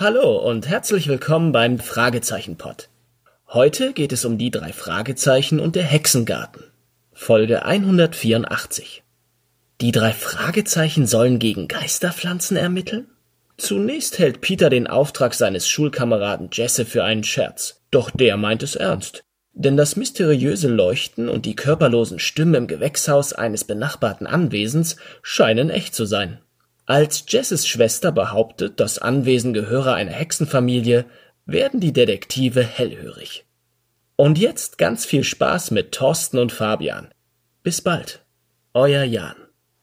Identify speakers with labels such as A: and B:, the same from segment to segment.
A: Hallo und herzlich willkommen beim Fragezeichen-Pod. Heute geht es um die 3 Fragezeichen und der Hexengarten. Folge 184. Die 3 Fragezeichen sollen gegen Geisterpflanzen ermitteln? Zunächst hält Peter den Auftrag seines Schulkameraden Jesse für einen Scherz. Doch der meint es ernst. Denn das mysteriöse Leuchten und die körperlosen Stimmen im Gewächshaus eines benachbarten Anwesens scheinen echt zu sein. Als Jesses Schwester behauptet, das Anwesen gehöre einer Hexenfamilie, werden die Detektive hellhörig. Und jetzt ganz viel Spaß mit Thorsten und Fabian. Bis bald. Euer Jan.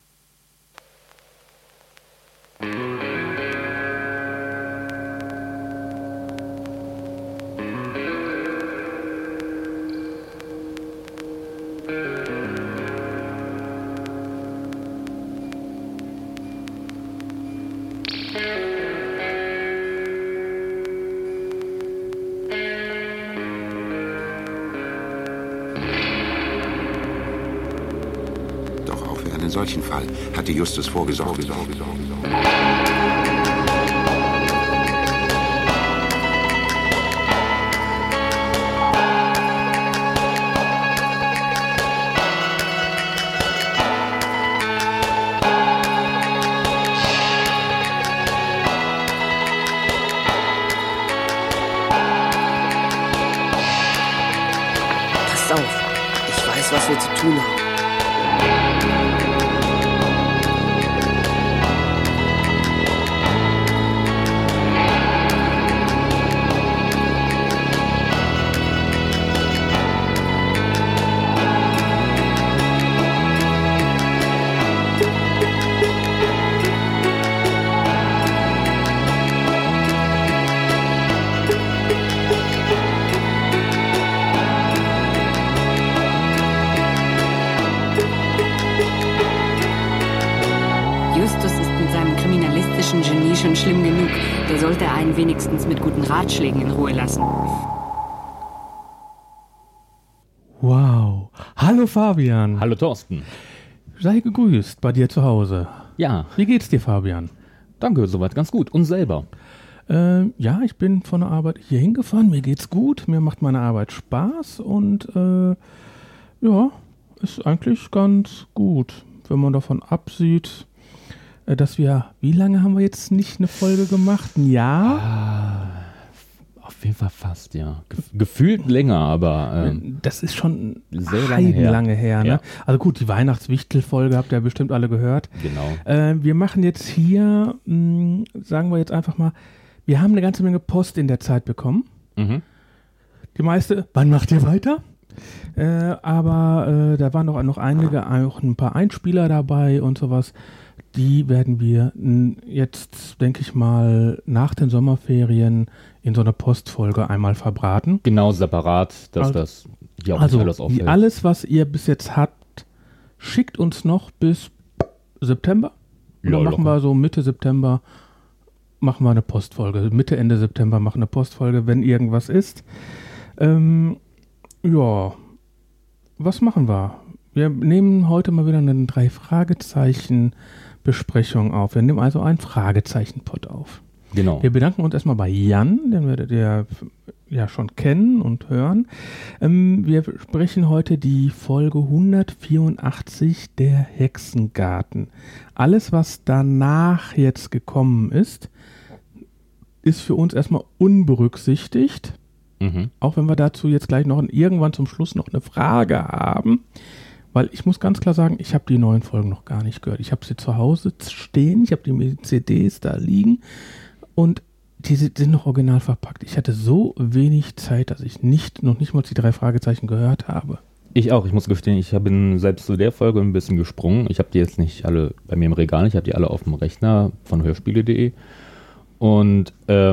B: In solchen Fall hatte Justus vorgesorgt.
C: Passt auf, ich weiß, was wir zu tun haben.
D: Genie schon schlimm genug. Der sollte einen wenigstens mit guten Ratschlägen in Ruhe lassen.
E: Wow. Hallo Fabian.
F: Hallo Thorsten.
E: Sei gegrüßt bei dir zu Hause.
F: Ja.
E: Wie geht's dir, Fabian?
F: Danke, soweit ganz gut. Und selber?
E: Ja, ich bin von der Arbeit hier hingefahren. Mir geht's gut. Mir macht meine Arbeit Spaß. Und ja, ist eigentlich ganz gut, wenn man davon absieht, dass wir, wie lange haben wir jetzt nicht eine Folge gemacht? Ein Jahr?
F: Auf jeden Fall fast, ja. Gefühlt länger, aber
E: das ist schon
F: sehr
E: lange her. Ne?
F: Ja.
E: Also gut, die Weihnachtswichtel-Folge habt ihr bestimmt alle gehört.
F: Genau.
E: Wir machen jetzt hier, sagen wir jetzt einfach mal, wir haben eine ganze Menge Post in der Zeit bekommen.
F: Mhm.
E: Die meiste, wann macht ihr weiter? Aber da waren noch einige, auch ein paar Einspieler dabei und sowas. Die werden wir jetzt, denke ich mal, nach den Sommerferien in so einer Postfolge einmal verbraten.
F: Genau, separat, dass das hier auch nicht alles auffällt.
E: Alles, was ihr bis jetzt habt, schickt uns noch bis September. Und dann machen wir so Mitte September machen wir eine Postfolge. Mitte, Ende September machen wir eine Postfolge, wenn irgendwas ist. Ja, was machen wir? Wir nehmen heute mal wieder eine 3-Fragezeichen-Besprechung auf. Wir nehmen also einen Fragezeichen-Pod auf.
F: Genau.
E: Wir bedanken uns erstmal bei Jan, den werdet ihr ja schon kennen und hören. Wir sprechen heute die Folge 184, der Hexengarten. Alles, was danach jetzt gekommen ist, ist für uns erstmal unberücksichtigt.
F: Mhm.
E: Auch wenn wir dazu jetzt gleich noch irgendwann zum Schluss noch eine Frage haben. Weil ich muss ganz klar sagen, ich habe die neuen Folgen noch gar nicht gehört. Ich habe sie zu Hause stehen, ich habe die CDs da liegen und die sind noch original verpackt. Ich hatte so wenig Zeit, dass ich noch nicht mal die 3 Fragezeichen gehört habe.
F: Ich auch, ich muss gestehen, ich bin selbst zu der Folge ein bisschen gesprungen. Ich habe die jetzt nicht alle bei mir im Regal, ich habe die alle auf dem Rechner von hörspiele.de und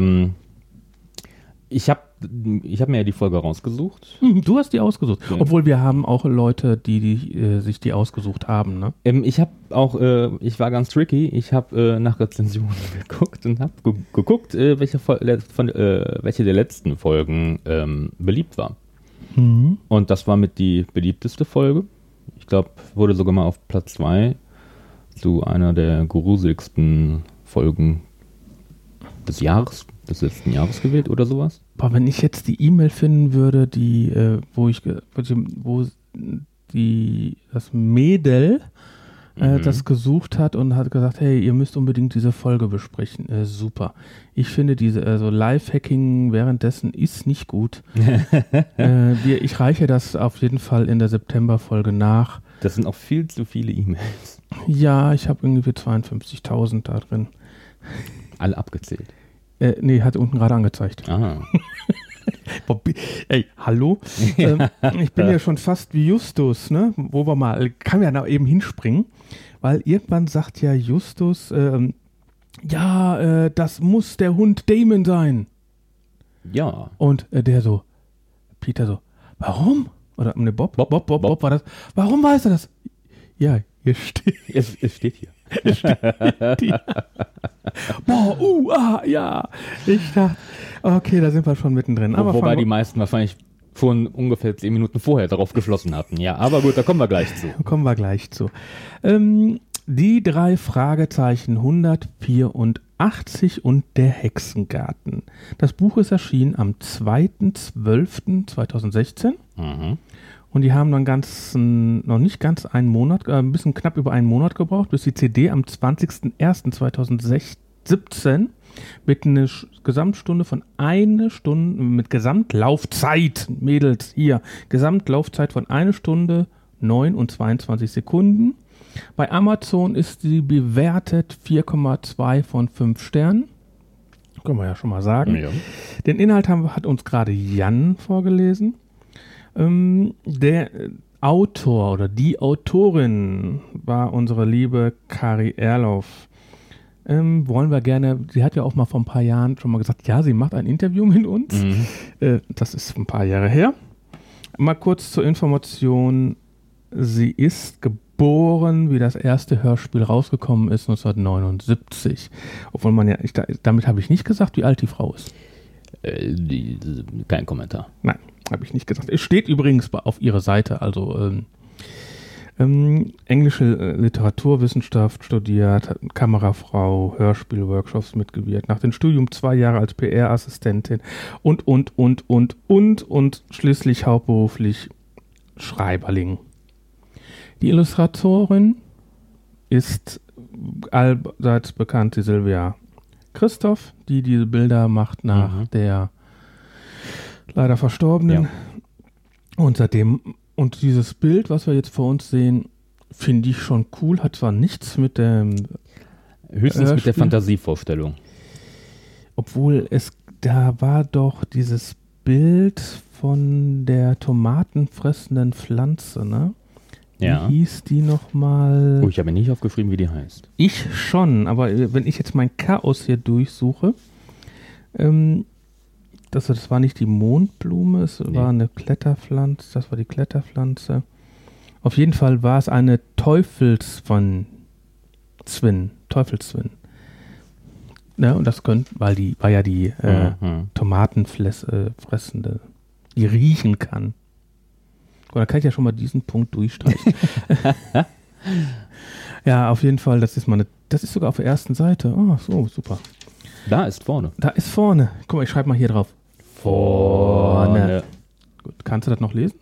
F: ich habe mir ja die Folge rausgesucht.
E: Du hast die ausgesucht.
F: Ja.
E: Obwohl wir haben auch Leute, die sich die ausgesucht haben, ne?
F: Ich habe auch, ich war ganz tricky, ich habe nach Rezensionen geguckt und habe geguckt, welche der letzten Folgen beliebt war.
E: Mhm.
F: Und das war mit die beliebteste Folge. Ich glaube, wurde sogar mal auf Platz 2 zu einer der gruseligsten Folgen des letzten Jahres gewählt oder sowas?
E: Boah, wenn ich jetzt die E-Mail finden würde, wo das Mädel das gesucht hat und hat gesagt, hey, ihr müsst unbedingt diese Folge besprechen. Super. Ich finde Live-Hacking währenddessen ist nicht gut. Ich reiche das auf jeden Fall in der September-Folge nach.
F: Das sind auch viel zu viele E-Mails.
E: Ja, ich habe irgendwie 52.000 da drin.
F: Alle abgezählt?
E: Nee, hat unten gerade angezeigt.
F: Ah.
E: Ey, hallo? Ich bin ja schon fast wie Justus, ne? Kann ja da eben hinspringen, weil irgendwann sagt ja Justus, das muss der Hund Damon sein.
F: Ja.
E: Und Peter so, warum? Oder ne, Bob war das. Warum weiß er das? Ja, hier steht.
F: Es steht hier.
E: Ja. Ich dachte, okay, da sind wir schon mittendrin.
F: Wobei die meisten wahrscheinlich schon ungefähr 10 Minuten vorher darauf geschlossen hatten. Ja, aber gut, da kommen wir gleich zu. Die 3 Fragezeichen 184 und der Hexengarten. Das Buch ist erschienen am 2.12.2016. Mhm.
E: Und die haben dann noch nicht ganz einen Monat, ein bisschen knapp über einen Monat gebraucht, bis die CD am 20.01.2017 mit einer Gesamtstunde von 1 Stunde, mit Gesamtlaufzeit, Mädels, hier, Gesamtlaufzeit von 1 Stunde 9 und 22 Sekunden. Bei Amazon ist sie bewertet 4,2 von 5 Sternen. Können wir ja schon mal sagen.
F: Ja.
E: Den Inhalt hat uns gerade Jan vorgelesen. Der Autor oder die Autorin war unsere liebe Kari Erloff. Wollen wir gerne, sie hat ja auch mal vor ein paar Jahren schon mal gesagt, ja, sie macht ein Interview mit uns.
F: Mhm.
E: Das ist ein paar Jahre her. Mal kurz zur Information, sie ist geboren, wie das erste Hörspiel rausgekommen ist, 1979. Obwohl damit habe ich nicht gesagt, wie alt die Frau ist.
F: Kein Kommentar.
E: Nein, habe ich nicht gesagt. Es steht übrigens auf ihrer Seite, also englische Literaturwissenschaft studiert, Kamerafrau, Hörspielworkshops mitgewirkt, nach dem Studium 2 Jahre als PR-Assistentin und schließlich hauptberuflich Schreiberling. Die Illustratorin ist allseits bekannt, die Silvia Christoph, die diese Bilder macht nach der leider Verstorbenen.
F: Ja.
E: Und dieses Bild, was wir jetzt vor uns sehen, finde ich schon cool, hat zwar nichts mit dem
F: höchstens mit der Fantasievorstellung.
E: Obwohl da war doch dieses Bild von der tomatenfressenden Pflanze, ne?
F: Ja.
E: Wie hieß die nochmal?
F: Oh, ich habe nicht aufgeschrieben, wie die heißt.
E: Ich schon, aber wenn ich jetzt mein Chaos hier durchsuche, das war nicht die Mondblume, es war eine Kletterpflanze, das war die Kletterpflanze. Auf jeden Fall war es eine Teufelszwin. Ja, und das war ja die Tomatenfressende, die riechen kann. Und da kann ich ja schon mal diesen Punkt durchstreichen. Ja, auf jeden Fall, das ist sogar auf der ersten Seite. Oh, so, super.
F: Da ist vorne.
E: Guck mal, ich schreibe mal hier drauf. Vorne. Gut, kannst du das noch lesen?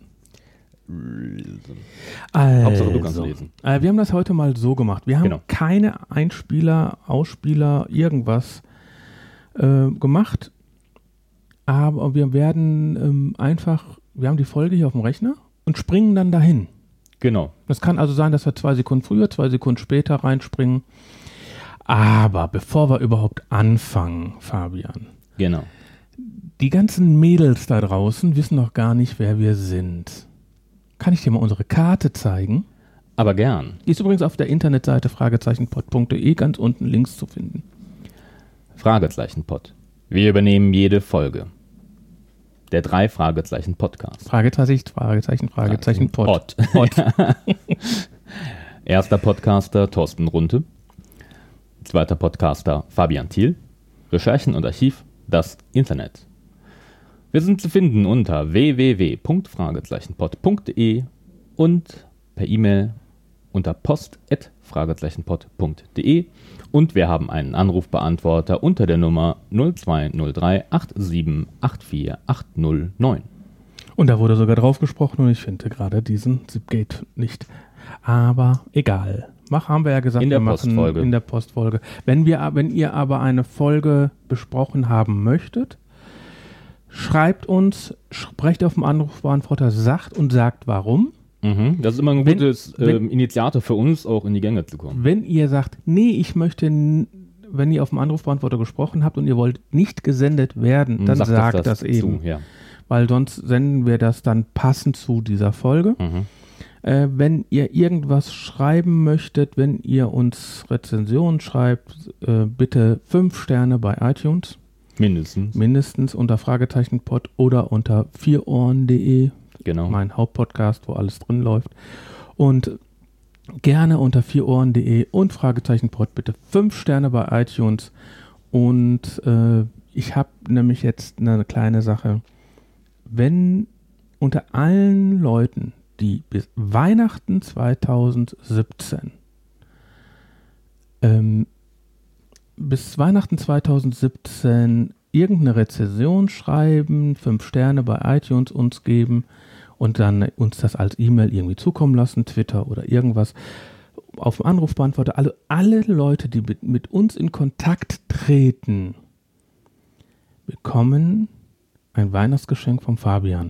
F: Hauptsache du kannst lesen.
E: Wir haben das heute mal so gemacht. Wir haben keine Einspieler, Ausspieler, irgendwas gemacht. Aber wir werden wir haben die Folge hier auf dem Rechner und springen dann dahin.
F: Genau.
E: Das kann also sein, dass wir 2 Sekunden früher, 2 Sekunden später reinspringen. Aber bevor wir überhaupt anfangen, Fabian.
F: Genau.
E: Die ganzen Mädels da draußen wissen noch gar nicht, wer wir sind. Kann ich dir mal unsere Karte zeigen?
F: Aber gern.
E: Die ist übrigens auf der Internetseite fragezeichenpod.de ganz unten links zu finden.
F: Fragezeichenpod. Wir übernehmen jede Folge. Der 3 Fragezeichen Podcast.
E: Fragezeichen, Pod.
F: Erster Podcaster Thorsten Runte. Zweiter Podcaster Fabian Thiel. Recherchen und Archiv das Internet. Wir sind zu finden unter www.fragezeichenpod.de und per E-Mail unter post@fragezeichen-pod.de und wir haben einen Anrufbeantworter unter der Nummer 0203 8784 809.
E: Und da wurde sogar drauf gesprochen und ich finde gerade diesen Zipgate nicht. Aber egal. Haben wir ja gesagt,
F: in der
E: wir machen
F: Postfolge.
E: In der Postfolge. Wenn ihr aber eine Folge besprochen haben möchtet, schreibt uns, sprecht auf dem Anrufbeantworter, sagt warum.
F: Das ist immer ein gutes Initiator für uns, auch in die Gänge zu kommen.
E: Wenn ihr sagt, nee, ich möchte, wenn ihr auf dem Anrufbeantworter gesprochen habt und ihr wollt nicht gesendet werden, dann sagt das eben.
F: Zu, ja.
E: Weil sonst senden wir das dann passend zu dieser Folge. Wenn ihr irgendwas schreiben möchtet, wenn ihr uns Rezensionen schreibt, bitte 5 Sterne bei iTunes. Mindestens unter Fragezeichen-Pod oder unter 4ohren.de.
F: Genau.
E: Mein Hauptpodcast, wo alles drin läuft. Und gerne unter 4ohren.de und Fragezeichen-Pod bitte 5 Sterne bei iTunes. Und ich habe nämlich jetzt eine kleine Sache. Wenn unter allen Leuten, die bis Weihnachten 2017 irgendeine Rezension schreiben, 5 Sterne bei iTunes uns geben und dann uns das als E-Mail irgendwie zukommen lassen, Twitter oder irgendwas, auf dem Anrufbeantworter, alle Leute, die mit uns in Kontakt treten, bekommen ein Weihnachtsgeschenk vom Fabian.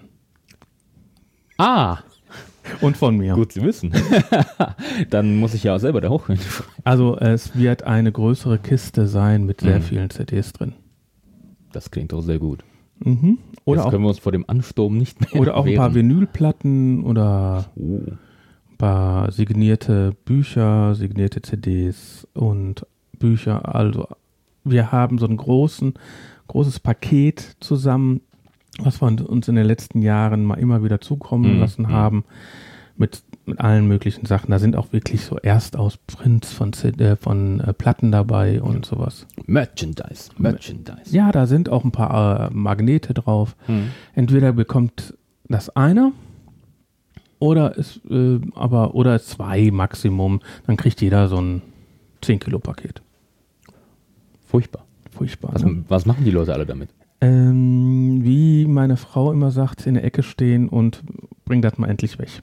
E: Und von mir.
F: Gut zu wissen. Dann muss ich ja auch selber da hochgehen.
E: Also es wird eine größere Kiste sein mit sehr vielen CDs drin.
F: Das klingt doch sehr gut.
E: Oder
F: Jetzt
E: auch,
F: können wir uns vor dem Ansturm nicht mehr
E: oder auch ein paar Vinylplatten oder ein paar signierte Bücher, signierte CDs und Bücher. Also wir haben so ein großes Paket zusammen, was wir uns in den letzten Jahren mal immer wieder zukommen lassen haben, mit allen möglichen Sachen. Da sind auch wirklich so Erstausprints von Platten dabei und sowas.
F: Merchandise.
E: Ja, da sind auch ein paar Magnete drauf. Entweder bekommt das einer oder es 2 Maximum. Dann kriegt jeder so ein 10-Kilo-Paket.
F: Furchtbar. Was machen die Leute alle damit?
E: Wie meine Frau immer sagt, in der Ecke stehen und bring das mal endlich weg.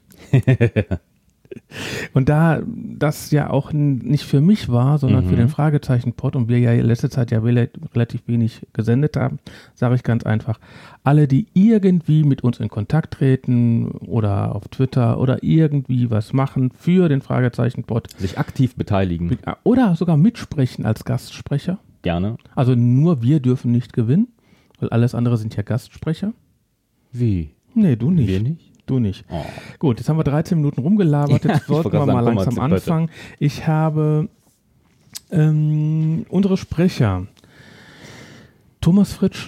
E: Und da das ja auch nicht für mich war, sondern für den Fragezeichen-Pod und wir ja letzte Zeit ja relativ wenig gesendet haben, sage ich ganz einfach, alle, die irgendwie mit uns in Kontakt treten oder auf Twitter oder irgendwie was machen für den Fragezeichen-Pod.
F: Sich aktiv beteiligen.
E: Oder sogar mitsprechen als Gastsprecher.
F: Gerne.
E: Also nur wir dürfen nicht gewinnen, weil alles andere sind ja Gastsprecher.
F: Wie?
E: Nee, du nicht.
F: Wir nicht?
E: Du nicht.
F: Oh.
E: Gut, jetzt haben wir 13 Minuten rumgelabert, jetzt sollten wir mal langsam anfangen. Ich habe unsere Sprecher Thomas Fritsch,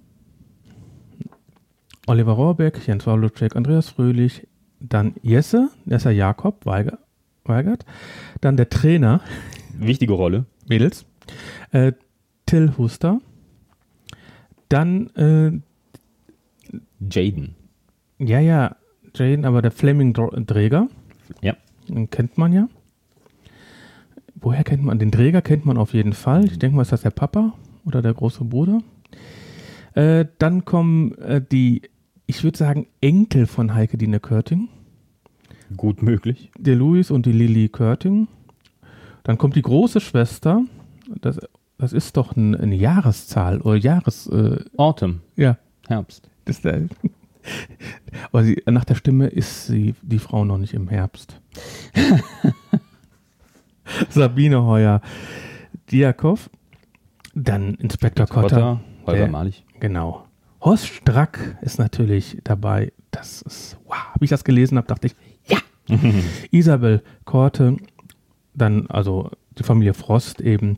E: Oliver Rohrbeck, Jens Wawluczek, Andreas Fröhlich, dann Jesse Jakob Weigert, dann der Trainer.
F: Wichtige Rolle.
E: Mädels. Till Huster, dann
F: Jaden.
E: Ja, Jaden, aber der Fleming-Träger.
F: Ja.
E: Den kennt man ja. Woher kennt man? Den Träger kennt man auf jeden Fall. Ich denke mal, ist das der Papa oder der große Bruder. Dann kommen ich würde sagen, Enkel von Heike Dine Körting.
F: Gut möglich.
E: Der Louis und die Lilly Körting. Dann kommt die große Schwester. Das ist doch eine Jahreszahl oder
F: Autumn.
E: Ja.
F: Herbst.
E: Aber nach der Stimme ist die Frau noch nicht im Herbst. Sabine Heuer-Diakow. Dann Inspektor Kotter.
F: Holger Malich.
E: Genau. Horst Strack ist natürlich dabei. Das ist, wow. Wie ich das gelesen habe, dachte ich, ja. Isabel Korte. Dann also die Familie Frost eben.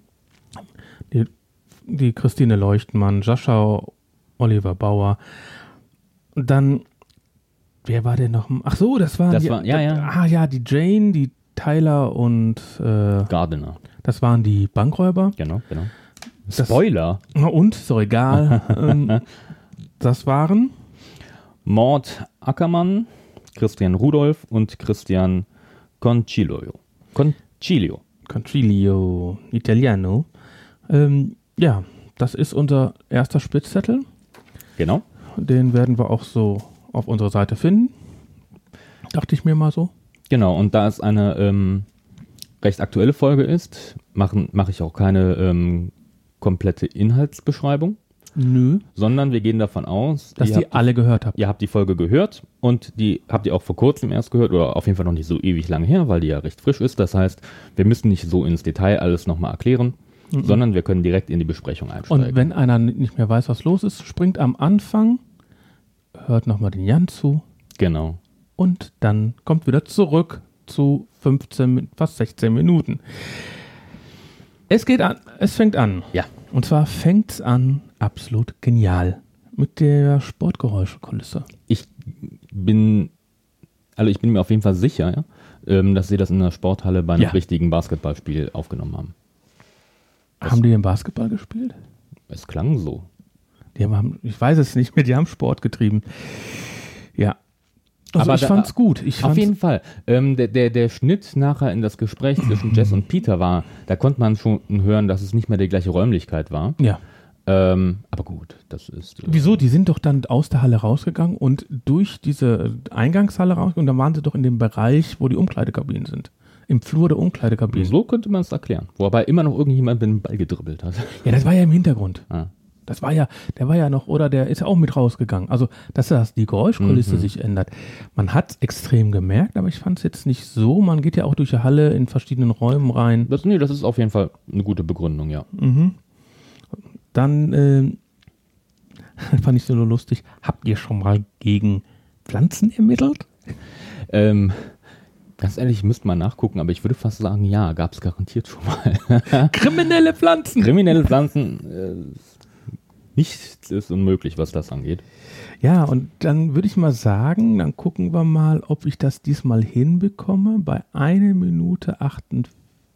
E: Die Christine Leuchtmann, Sascha Oliver Bauer. Und dann, wer war denn noch? Ach so, das waren die Jane, die Tyler und
F: Gardiner.
E: Das waren die Bankräuber.
F: Genau. Spoiler.
E: Und, ist doch egal. Das waren
F: Mord Ackermann, Christian Rudolph und Christian Concilio. Concilio.
E: Concilio Italiano. Ja, das ist unser erster Spickzettel.
F: Genau.
E: Den werden wir auch so auf unserer Seite finden. Dachte ich mir mal so.
F: Genau, und da es eine recht aktuelle Folge ist, mache ich auch keine komplette Inhaltsbeschreibung.
E: Nö.
F: Sondern wir gehen davon aus,
E: dass ihr alle gehört habt.
F: Ihr habt die Folge gehört und die habt ihr auch vor kurzem erst gehört oder auf jeden Fall noch nicht so ewig lange her, weil die ja recht frisch ist. Das heißt, wir müssen nicht so ins Detail alles nochmal erklären, sondern wir können direkt in die Besprechung einsteigen.
E: Und wenn einer nicht mehr weiß, was los ist, springt am Anfang, hört nochmal den Jan zu.
F: Genau.
E: Und dann kommt wieder zurück zu 15, fast 16 Minuten. Es fängt an.
F: Ja.
E: Und zwar fängt es an, absolut genial, mit der Sportgeräuschekulisse.
F: Ich bin mir auf jeden Fall sicher, dass sie das in der Sporthalle bei einem richtigen Basketballspiel aufgenommen haben.
E: Haben die denn Basketball gespielt?
F: Es klang so.
E: Ich weiß es nicht mehr, die haben Sport getrieben. Ja. Also aber ich fand's gut.
F: Auf jeden Fall. Der Schnitt nachher in das Gespräch zwischen Jess und Peter da konnte man schon hören, dass es nicht mehr die gleiche Räumlichkeit war.
E: Ja.
F: Aber gut, das ist...
E: Wieso? Die sind doch dann aus der Halle rausgegangen und durch diese Eingangshalle rausgegangen und dann waren sie doch in dem Bereich, wo die Umkleidekabinen sind. Im Flur der Umkleidekabinen.
F: So könnte man es erklären. Wobei immer noch irgendjemand mit dem Ball gedribbelt hat.
E: Ja, das war ja im Hintergrund.
F: Ah.
E: Der war ja noch, oder der ist ja auch mit rausgegangen. Also, dass die Geräuschkulisse sich ändert. Man hat es extrem gemerkt, aber ich fand es jetzt nicht so. Man geht ja auch durch die Halle in verschiedenen Räumen rein.
F: Das ist auf jeden Fall eine gute Begründung, ja.
E: Dann fand ich so lustig. Habt ihr schon mal gegen Pflanzen ermittelt?
F: Ganz ehrlich, müsste mal nachgucken, aber ich würde fast sagen, ja, gab es garantiert schon mal.
E: Kriminelle Pflanzen!
F: Kriminelle Pflanzen, nichts ist unmöglich, was das angeht.
E: Ja, und dann würde ich mal sagen, dann gucken wir mal, ob ich das diesmal hinbekomme, bei 1 Minute 48.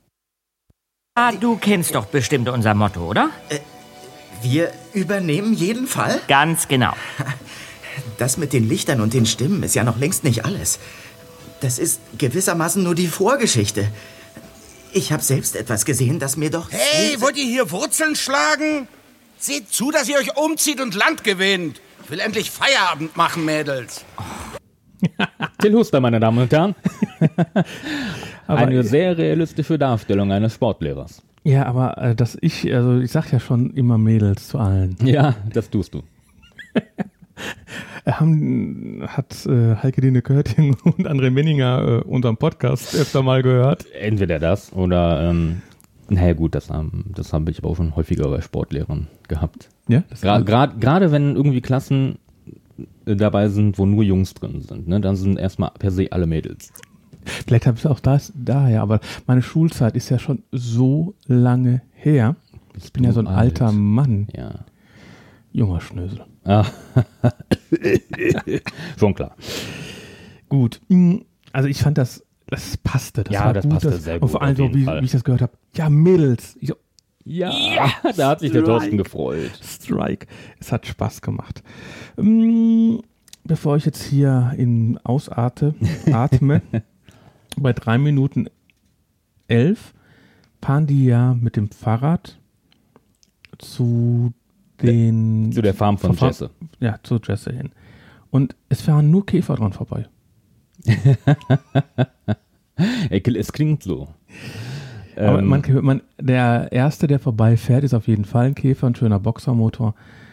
G: Du kennst doch bestimmt unser Motto, oder?
H: Wir übernehmen jeden Fall?
G: Ganz genau.
H: Das mit den Lichtern und den Stimmen ist ja noch längst nicht alles. Das ist gewissermaßen nur die Vorgeschichte. Ich habe selbst etwas gesehen, das mir doch...
I: Hey, wollt ihr hier Wurzeln schlagen? Seht zu, dass ihr euch umzieht und Land gewinnt. Ich will endlich Feierabend machen, Mädels.
F: Till Huster, meine Damen und Herren. Eine sehr realistische Darstellung eines Sportlehrers.
E: Ja, aber ich sag ja schon immer Mädels zu allen.
F: Ja, das tust du.
E: Hat Heike-Dine Körting und André Menninger unseren Podcast öfter mal gehört?
F: Entweder das oder, naja gut, das habe ich aber auch schon häufiger bei Sportlehrern gehabt.
E: Ja?
F: Gerade wenn irgendwie Klassen dabei sind, wo nur Jungs drin sind, ne, dann sind erstmal per se alle Mädels.
E: Vielleicht habe ich es auch daher, aber meine Schulzeit ist ja schon so lange her. Ich bin ja so ein alter Mann.
F: Ja.
E: Junger Schnösel.
F: Ah. Schon klar.
E: Gut. Also ich fand das passte. Das
F: passte sehr gut.
E: Und vor allem so, wie ich das gehört habe. Ja, Mädels.
F: Ja, da hat sich der Thorsten gefreut.
E: Strike. Es hat Spaß gemacht. Bevor ich jetzt hier atme, bei 3 Minuten 11 fahren die ja mit dem Fahrrad zu der Farm von Jesse. Ja, zu Jesse hin. Und es fahren nur Käfer dran vorbei.
F: Es klingt so.
E: Aber der Erste, der vorbeifährt, ist auf jeden Fall ein Käfer, ein schöner Boxermotor.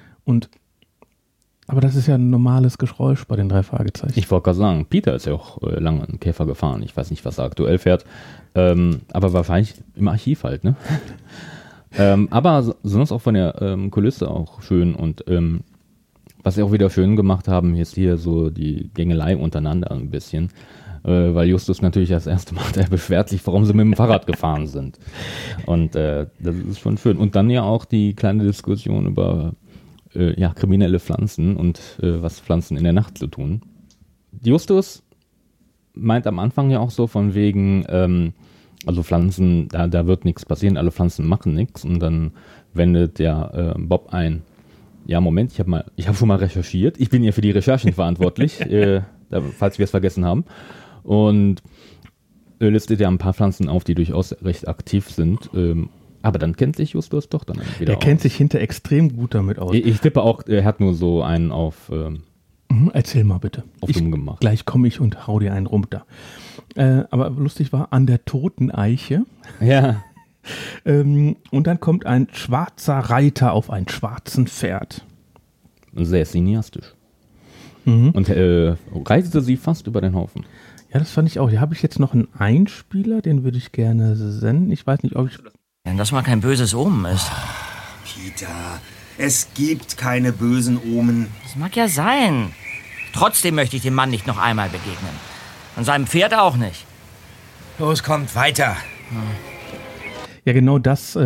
E: Aber das ist ja ein normales Geräusch bei den 3 Fragezeichen.
F: Ich wollte gerade sagen, Peter ist ja auch lange einen Käfer gefahren. Ich weiß nicht, was er aktuell fährt. Aber wahrscheinlich im Archiv halt, ne? Aber sonst auch von der Kulisse auch schön. Und was sie auch wieder schön gemacht haben, ist hier so die Gängelei untereinander ein bisschen. Weil Justus natürlich das erste Mal, der beschwert sich, warum sie mit dem Fahrrad gefahren sind. Und das ist schon schön. Und dann ja auch die kleine Diskussion über kriminelle Pflanzen und was Pflanzen in der Nacht zu tun. Justus meint am Anfang ja auch so von wegen, also Pflanzen, da wird nichts passieren, alle Pflanzen machen nichts. Und dann wendet der Bob ein, ja Moment, ich habe schon mal recherchiert, ich bin hier für die Recherchen verantwortlich, falls wir es vergessen haben. Und listet ja ein paar Pflanzen auf, die durchaus recht aktiv sind. Aber dann kennt sich Justus doch dann wieder
E: Der kennt sich hinter extrem gut damit aus.
F: Ich tippe auch, er hat nur so einen auf...
E: Erzähl mal bitte.
F: Auf dumm gemacht.
E: Gleich komme ich und hau dir einen runter. Aber lustig war, an der toten Eiche.
F: Ja.
E: Und dann kommt ein schwarzer Reiter auf ein schwarzen Pferd.
F: Sehr cineastisch. Und reitete sie fast über den Haufen.
E: Ja, das fand ich auch. Hier habe ich jetzt noch einen Einspieler, den würde ich gerne senden. Ich weiß nicht, ob ich...
G: Wenn das mal kein böses Omen ist.
J: Peter, es gibt keine bösen Omen.
G: Das mag ja sein. Trotzdem möchte ich dem Mann nicht noch einmal begegnen. Und seinem Pferd auch nicht.
J: Los, kommt weiter.
E: Ja, genau das,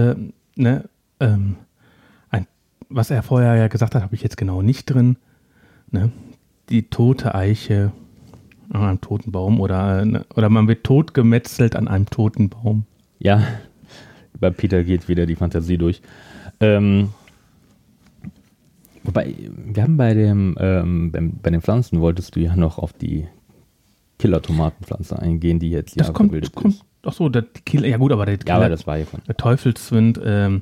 E: was er vorher ja gesagt hat, habe ich jetzt genau nicht drin. Ne? Die tote Eiche an einem toten Baum oder man wird totgemetzelt an einem toten Baum.
F: Ja, bei Peter geht wieder die Fantasie durch. Wobei, wir haben bei den Pflanzen wolltest du ja noch auf die Killer-Tomatenpflanze eingehen, die jetzt ja verbildet ist.
E: Ach so, der Killer, ja gut, aber der Killer,
F: aber das war hiervon.
E: Der Teufelswind,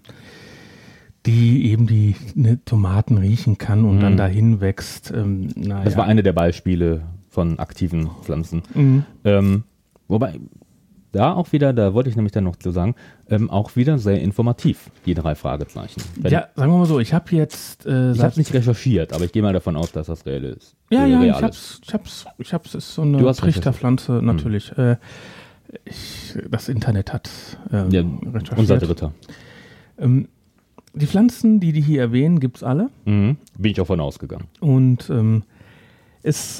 E: die eben die Tomaten riechen kann und dann dahin wächst.
F: Das war eine der Beispiele von aktiven Pflanzen. Wobei, da wollte ich nämlich dann noch zu sagen, auch wieder sehr informativ, die 3 Fragezeichen.
E: Ja, sagen wir mal so, ich habe jetzt...
F: ich habe nicht recherchiert, aber ich gehe mal davon aus, dass das real ist.
E: Ja, ich hab's, es ist so eine Trichterpflanze, natürlich. Das Internet hat recherchiert.
F: Unser Dritter.
E: Die Pflanzen, die hier erwähnen, gibt's alle.
F: Bin ich auch von ausgegangen.
E: Und es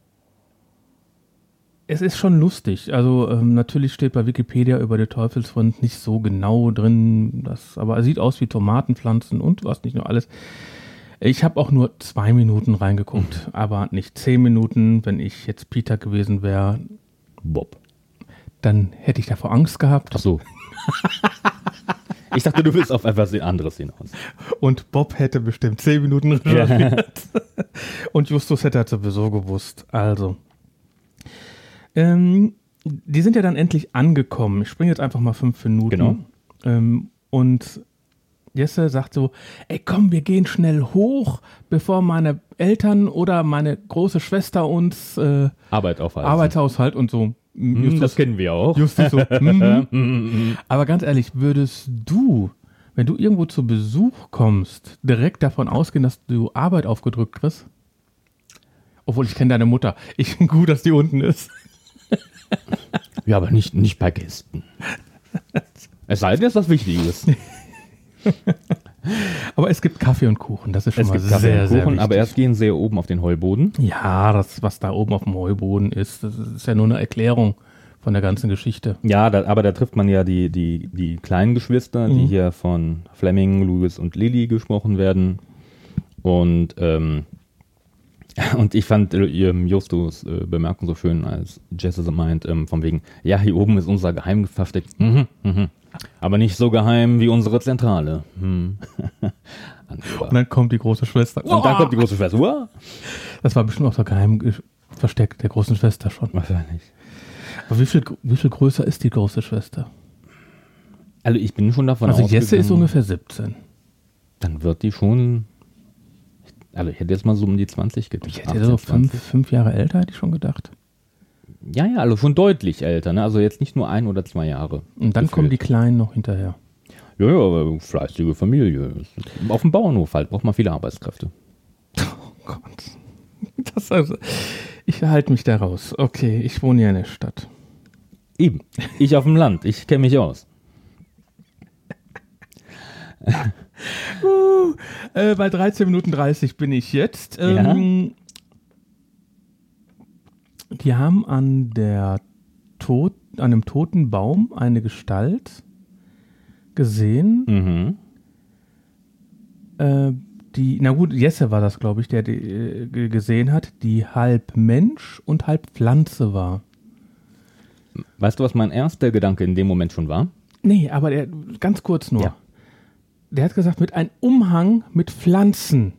E: ist schon lustig. Also natürlich steht bei Wikipedia über den Teufelswind nicht so genau drin, aber es sieht aus wie Tomatenpflanzen und was nicht nur alles. Ich habe auch nur 2 Minuten reingeguckt, aber nicht 10 Minuten. Wenn ich jetzt Peter gewesen wäre,
F: Bob,
E: dann hätte ich davor Angst gehabt.
F: Ach so. Ich dachte, du willst auf etwas anderes hinaus.
E: Und Bob hätte bestimmt 10 Minuten recherchiert. Und Justus hätte das sowieso gewusst. Also. Die sind ja dann endlich angekommen. Ich springe jetzt einfach mal 5 Minuten. Genau. Und Jesse sagt so, ey komm, wir gehen schnell hoch, bevor meine Eltern oder meine große Schwester uns Arbeitshaushalt und so.
F: Justus, das kennen wir auch.
E: Justus so, Aber ganz ehrlich, würdest du, wenn du irgendwo zu Besuch kommst, direkt davon ausgehen, dass du Arbeit aufgedrückt kriegst? Obwohl, ich kenne deine Mutter. Ich finde gut, dass die unten ist.
F: Ja, aber nicht bei Gästen. Es sei denn, dass das wichtig ist.
E: Aber es gibt Kaffee und Kuchen, das ist schon mal sehr, sehr wichtig.
F: Aber erst gehen sie ja oben auf den Heuboden.
E: Ja, das, was da oben auf dem Heuboden ist, das ist ja nur eine Erklärung von der ganzen Geschichte.
F: Ja, aber da trifft man ja die kleinen Geschwister, die hier von Fleming, Louis und Lily gesprochen werden. Und ich fand Justus Bemerkung so schön, als Jesse so meint, von wegen, ja, hier oben ist unser Geheim versteckt. Aber nicht so geheim wie unsere Zentrale.
E: Und dann kommt die große Schwester.
F: Wow.
E: Das war bestimmt auch so geheim versteckt, der großen Schwester schon.
F: Wahrscheinlich.
E: Aber wie viel größer ist die große Schwester?
F: Also ich bin schon davon ausgegangen.
E: Also Jesse ist ungefähr 17.
F: Dann wird die schon... Also ich hätte jetzt mal so um die 20 gedacht.
E: Ich hätte so 5 Jahre älter, hätte ich schon gedacht.
F: Ja, also schon deutlich älter, ne? Also jetzt nicht nur 1 oder 2 Jahre.
E: Und dann kommen die Kleinen noch hinterher.
F: Ja, aber fleißige Familie. Auf dem Bauernhof halt braucht man viele Arbeitskräfte.
E: Oh Gott. Ich halte mich da raus. Okay, ich wohne ja in der Stadt.
F: Eben. Ich auf dem Land. Ich kenne mich aus.
E: Bei 13 Minuten 30 bin ich jetzt. Die haben an einem toten Baum eine Gestalt gesehen. Jesse war das, glaube ich, der die gesehen hat, die halb Mensch und halb Pflanze war.
F: Weißt du, was mein erster Gedanke in dem Moment schon war?
E: Nee, aber ganz kurz nur. Ja. Der hat gesagt, mit einem Umhang mit Pflanzen.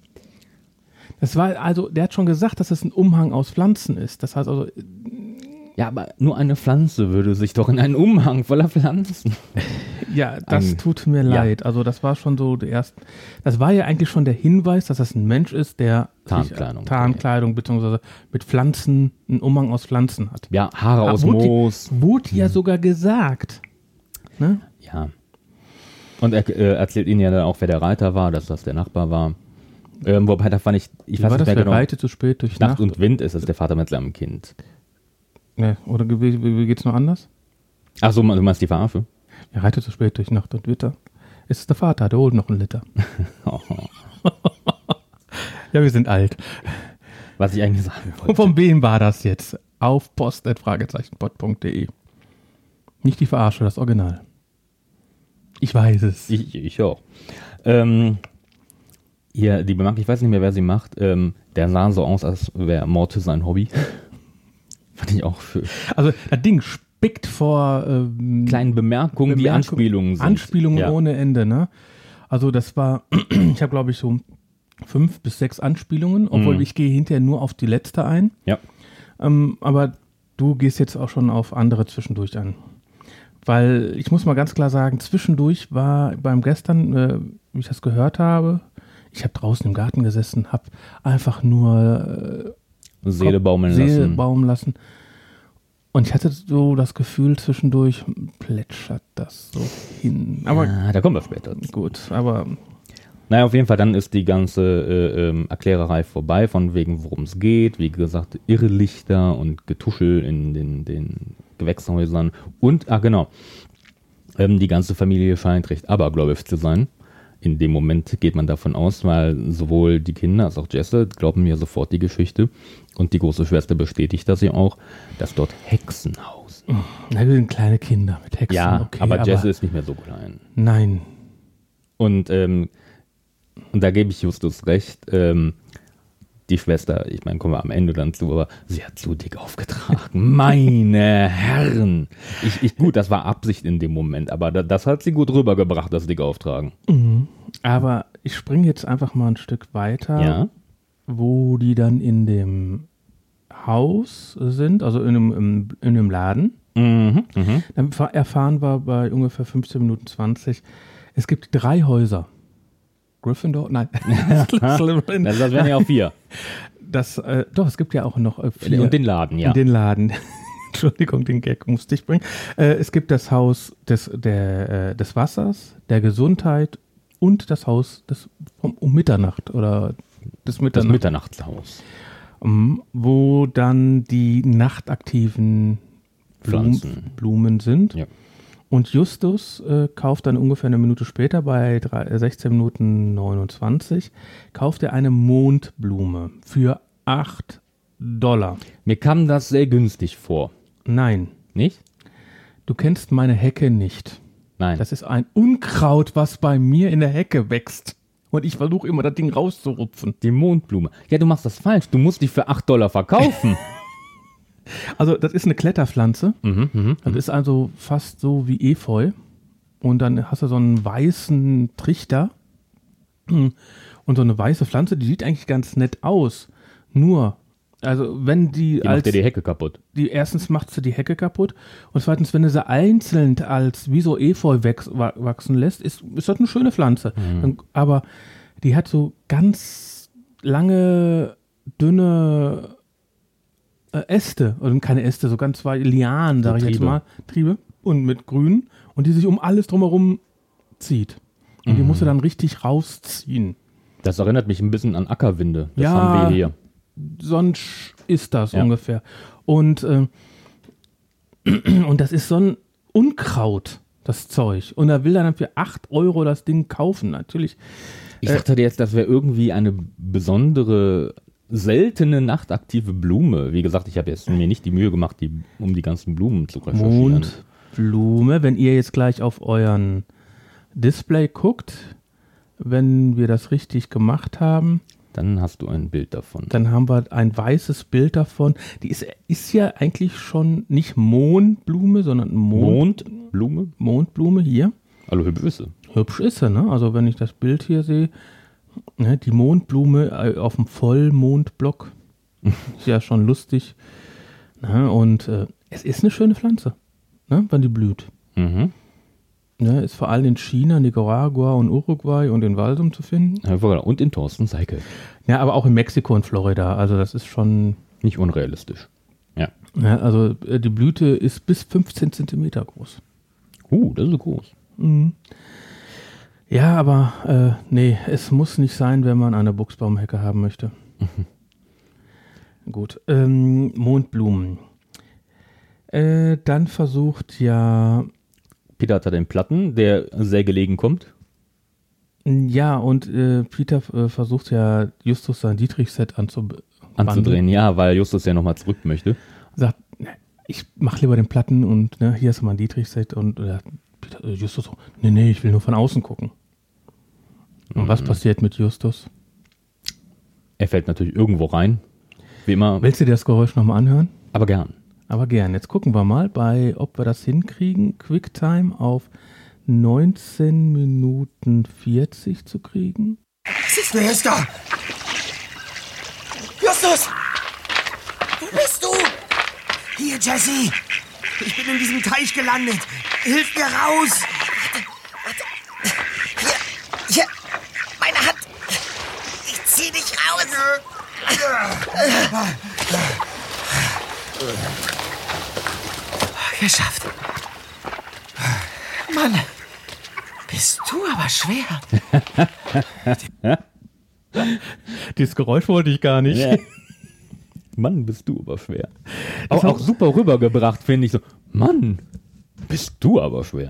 E: Das war also, der hat schon gesagt, dass es ein Umhang aus Pflanzen ist. Das heißt also,
F: Ja, aber nur eine Pflanze würde sich doch in einen Umhang voller Pflanzen.
E: Ja, das tut mir leid. Also das war schon so das war ja eigentlich schon der Hinweis, dass das ein Mensch ist, der Tarnkleidung beziehungsweise mit Pflanzen, einen Umhang aus Pflanzen hat.
F: Ja, Haare aus Moos.
E: Wurde ja sogar gesagt. Ne?
F: Ja. Und er erzählt ihnen ja dann auch, wer der Reiter war, dass das der Nachbar war. Wobei, da fand ich weiß nicht mehr genau.
E: Reitet zu spät durch
F: Nacht und Wind ist es der Vater mit seinem Kind.
E: Ne, oder wie geht's noch anders?
F: Ach so, du meinst die Verarsche?
E: Er reitet zu spät durch Nacht und Witter. Es ist der Vater, der holt noch einen Liter. Ja, wir sind alt.
F: Was ich eigentlich sagen wollte.
E: Und von wem war das jetzt? Auf post@fragezeichenpod.de. Nicht die Verarsche, das Original. Ich weiß es.
F: Ich auch. Hier, die Bemerkung, ich weiß nicht mehr, wer sie macht, der sah so aus, als wäre Mord sein Hobby. Fand ich auch schön.
E: Also, das Ding spickt vor
F: kleinen Bemerkungen, die Anspielungen sind.
E: Anspielungen ohne Ende, ne? Also, das war, ich habe, glaube ich, so 5 bis 6 Anspielungen, obwohl ich gehe hinterher nur auf die letzte ein.
F: Ja.
E: Aber du gehst jetzt auch schon auf andere zwischendurch an. Weil ich muss mal ganz klar sagen, zwischendurch war beim gestern, wie ich das gehört habe, ich habe draußen im Garten gesessen, habe einfach nur
F: Seele
E: baumeln lassen. Und ich hatte so das Gefühl, zwischendurch plätschert das so hin. Aber
F: da kommen wir später.
E: Gut, aber...
F: Naja, auf jeden Fall, dann ist die ganze Erklärerei vorbei, von wegen, worum es geht. Wie gesagt, Irrlichter und Getuschel in den Gewächshäusern. Und, genau, die ganze Familie scheint recht abergläubisch zu sein. In dem Moment geht man davon aus, weil sowohl die Kinder als auch Jesse glauben mir sofort die Geschichte. Und die große Schwester bestätigt das ja auch, dass dort Hexen hausen.
E: Na, wir sind kleine Kinder mit Hexen.
F: Ja,
E: okay,
F: aber Jesse ist nicht mehr so klein.
E: Nein.
F: Und da gebe ich Justus recht, die Schwester, ich meine, kommen wir am Ende dann zu, aber sie hat so dick aufgetragen. Meine Herren. Gut, das war Absicht in dem Moment, aber das hat sie gut rübergebracht, das dick auftragen.
E: Mhm. Aber ich springe jetzt einfach mal ein Stück weiter, wo die dann in dem Haus sind, also in einem Laden. Dann erfahren wir bei ungefähr 15 Minuten 20, es gibt 3 Häuser. Gryffindor? Nein.
F: Das wären ja auch 4.
E: Doch, es gibt ja auch noch 4.
F: Und den Laden, ja.
E: Und den Laden. Entschuldigung, den Gag musste ich bringen. Es gibt das Haus des Wassers, der Gesundheit und das Haus um Mitternacht oder des
F: Mitternachtshaus.
E: Wo dann die nachtaktiven Blumen sind. Ja. Und Justus kauft dann ungefähr eine Minute später, bei 16 Minuten 29, kauft er eine Mondblume für $8.
F: Mir kam das sehr günstig vor.
E: Nein.
F: Nicht?
E: Du kennst meine Hecke nicht.
F: Nein.
E: Das ist ein Unkraut, was bei mir in der Hecke wächst. Und ich versuche immer, das Ding rauszurupfen.
F: Die Mondblume. Ja, du machst das falsch. Du musst die für $8 verkaufen.
E: Also das ist eine Kletterpflanze. Das ist also fast so wie Efeu. Und dann hast du so einen weißen Trichter und so eine weiße Pflanze, die sieht eigentlich ganz nett aus. Nur, also wenn die
F: macht dir die Hecke kaputt.
E: Erstens macht sie die Hecke kaputt und zweitens, wenn du sie einzeln als wie so Efeu wachsen lässt, ist das eine schöne Pflanze. Aber die hat so ganz lange, dünne Äste, oder keine Äste, so ganz zwei Lianen, sage ich jetzt mal, Triebe und mit Grün und die sich um alles drumherum zieht. Und die musst du dann richtig rausziehen.
F: Das erinnert mich ein bisschen an Ackerwinde. Das haben wir hier.
E: Sonst ist das ungefähr. Und das ist so ein Unkraut, das Zeug. Und er will dann für €8 das Ding kaufen, natürlich.
F: Ich dachte jetzt, das wäre irgendwie eine besondere, seltene nachtaktive Blume. Wie gesagt, ich habe jetzt mir nicht die Mühe gemacht, um die ganzen Blumen zu recherchieren.
E: Mondblume, wenn ihr jetzt gleich auf euren Display guckt, wenn wir das richtig gemacht haben,
F: dann hast du ein Bild davon.
E: Dann haben wir ein weißes Bild davon. Die ist ja eigentlich schon nicht Mondblume, sondern
F: Mondblume?
E: Mondblume hier.
F: Also hübsch ist sie.
E: Hübsch ist sie, ne? Also wenn ich das Bild hier sehe, ne, die Mondblume auf dem Vollmondblock. Ist ja schon lustig. Ne? Und Es ist eine schöne Pflanze, ne, wenn die blüht.
F: Mhm.
E: Ne, ist vor allem in China, Nicaragua und Uruguay und in Walsum zu finden.
F: Ja, und in Thorsten Seickel.
E: Ja, aber auch in Mexiko und Florida. Also das ist schon...
F: Nicht unrealistisch. Ja.
E: Ja, also die Blüte ist bis 15 Zentimeter groß.
F: Das ist groß.
E: Mhm. Ja, aber nee, es muss nicht sein, wenn man eine Buchsbaumhecke haben möchte. Gut, Mondblumen. Dann versucht ja...
F: Peter hat da den Platten, der sehr gelegen kommt.
E: Ja, und Peter versucht ja Justus sein Dietrich-Set
F: anzudrehen, ja, weil Justus ja nochmal zurück möchte.
E: Sagt, ich mach lieber den Platten und ne, hier ist mein Dietrich-Set und Justus so, nee, ich will nur von außen gucken. Und was passiert mit Justus?
F: Er fällt natürlich irgendwo rein, wie immer.
E: Willst du dir das Geräusch nochmal anhören?
F: Aber gern.
E: Jetzt gucken wir mal, ob wir das hinkriegen, QuickTime auf 19 Minuten 40 zu kriegen.
J: Wer ist da? Justus! Wo bist du? Hier, Jesse. Ich bin in diesem Teich gelandet. Hilf mir raus!
H: Warte. Hier, meine Hand. Ich zieh dich raus. Geschafft. Mann, bist du aber schwer.
E: Dieses Geräusch wollte ich gar nicht.
F: Ja. Mann, bist du aber schwer. Auch super rübergebracht, finde ich so. Mann, bist du aber schwer.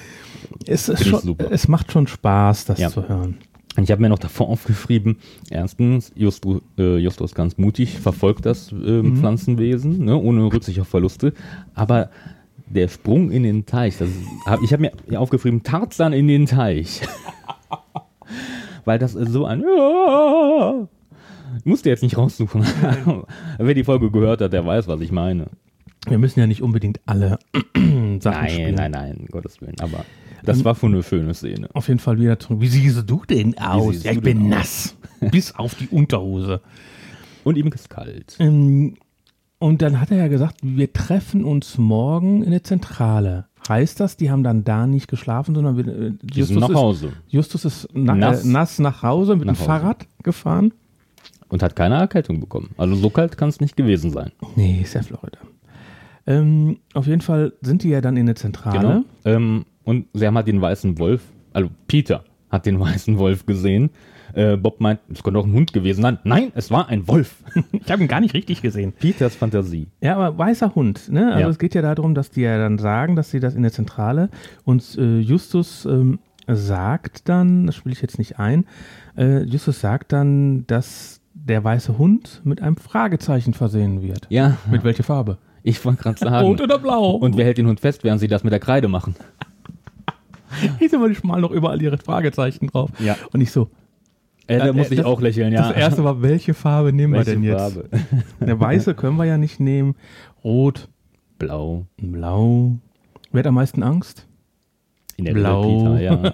E: Es macht schon Spaß, das zu hören.
F: Und ich habe mir noch davor aufgeschrieben, erstens, Justus ganz mutig verfolgt das Pflanzenwesen, ne, ohne Rücksicht auf Verluste, aber der Sprung in den Teich, ich habe mir aufgeschrieben, Tarzan in den Teich. Weil das ist so ein... Ich musste jetzt nicht raussuchen. Wer die Folge gehört hat, der weiß, was ich meine.
E: Wir müssen ja nicht unbedingt alle Sachen spielen.
F: Nein, Gottes Willen, aber... Das war schon eine schöne Szene.
E: Auf jeden Fall wieder zurück. Wie siehst du denn aus? Ja, ich bin nass. Bis auf die Unterhose.
F: Und ihm ist kalt.
E: Und dann hat er ja gesagt, wir treffen uns morgen in der Zentrale. Heißt das, die haben dann da nicht geschlafen, sondern
F: Justus nach Hause.
E: Justus ist nass nach Hause mit dem Fahrrad gefahren.
F: Und hat keine Erkältung bekommen. Also so kalt kann es nicht gewesen sein.
E: Nee, ist ja Florida. Auf jeden Fall sind die ja dann in der Zentrale.
F: Genau. Und sie haben halt den weißen Wolf, also Peter hat den weißen Wolf gesehen. Bob meint, es könnte auch ein Hund gewesen sein. Nein, es war ein Wolf.
E: Ich habe ihn gar nicht richtig gesehen.
F: Peters Fantasie.
E: Ja, aber weißer Hund, ne? Also es geht ja darum, dass die ja dann sagen, dass sie das in der Zentrale und Justus sagt dann, das spiele ich jetzt nicht ein, Justus sagt dann, dass der weiße Hund mit einem Fragezeichen versehen wird.
F: Ja.
E: Mit welcher Farbe?
F: Ich wollte gerade sagen.
E: Rot oder blau?
F: Und wer hält den Hund fest, während sie das mit der Kreide machen?
E: Ich sehe mal, ich mal noch überall ihre Fragezeichen drauf.
F: Ja.
E: Und ich so.
F: Da musste ich auch lächeln, ja.
E: Das erste war, welche Farbe nehmen wir denn jetzt? Farbe? Der weiße können wir ja nicht nehmen. Rot.
F: Blau.
E: Wer hat am meisten Angst?
F: In der Blau. Peter,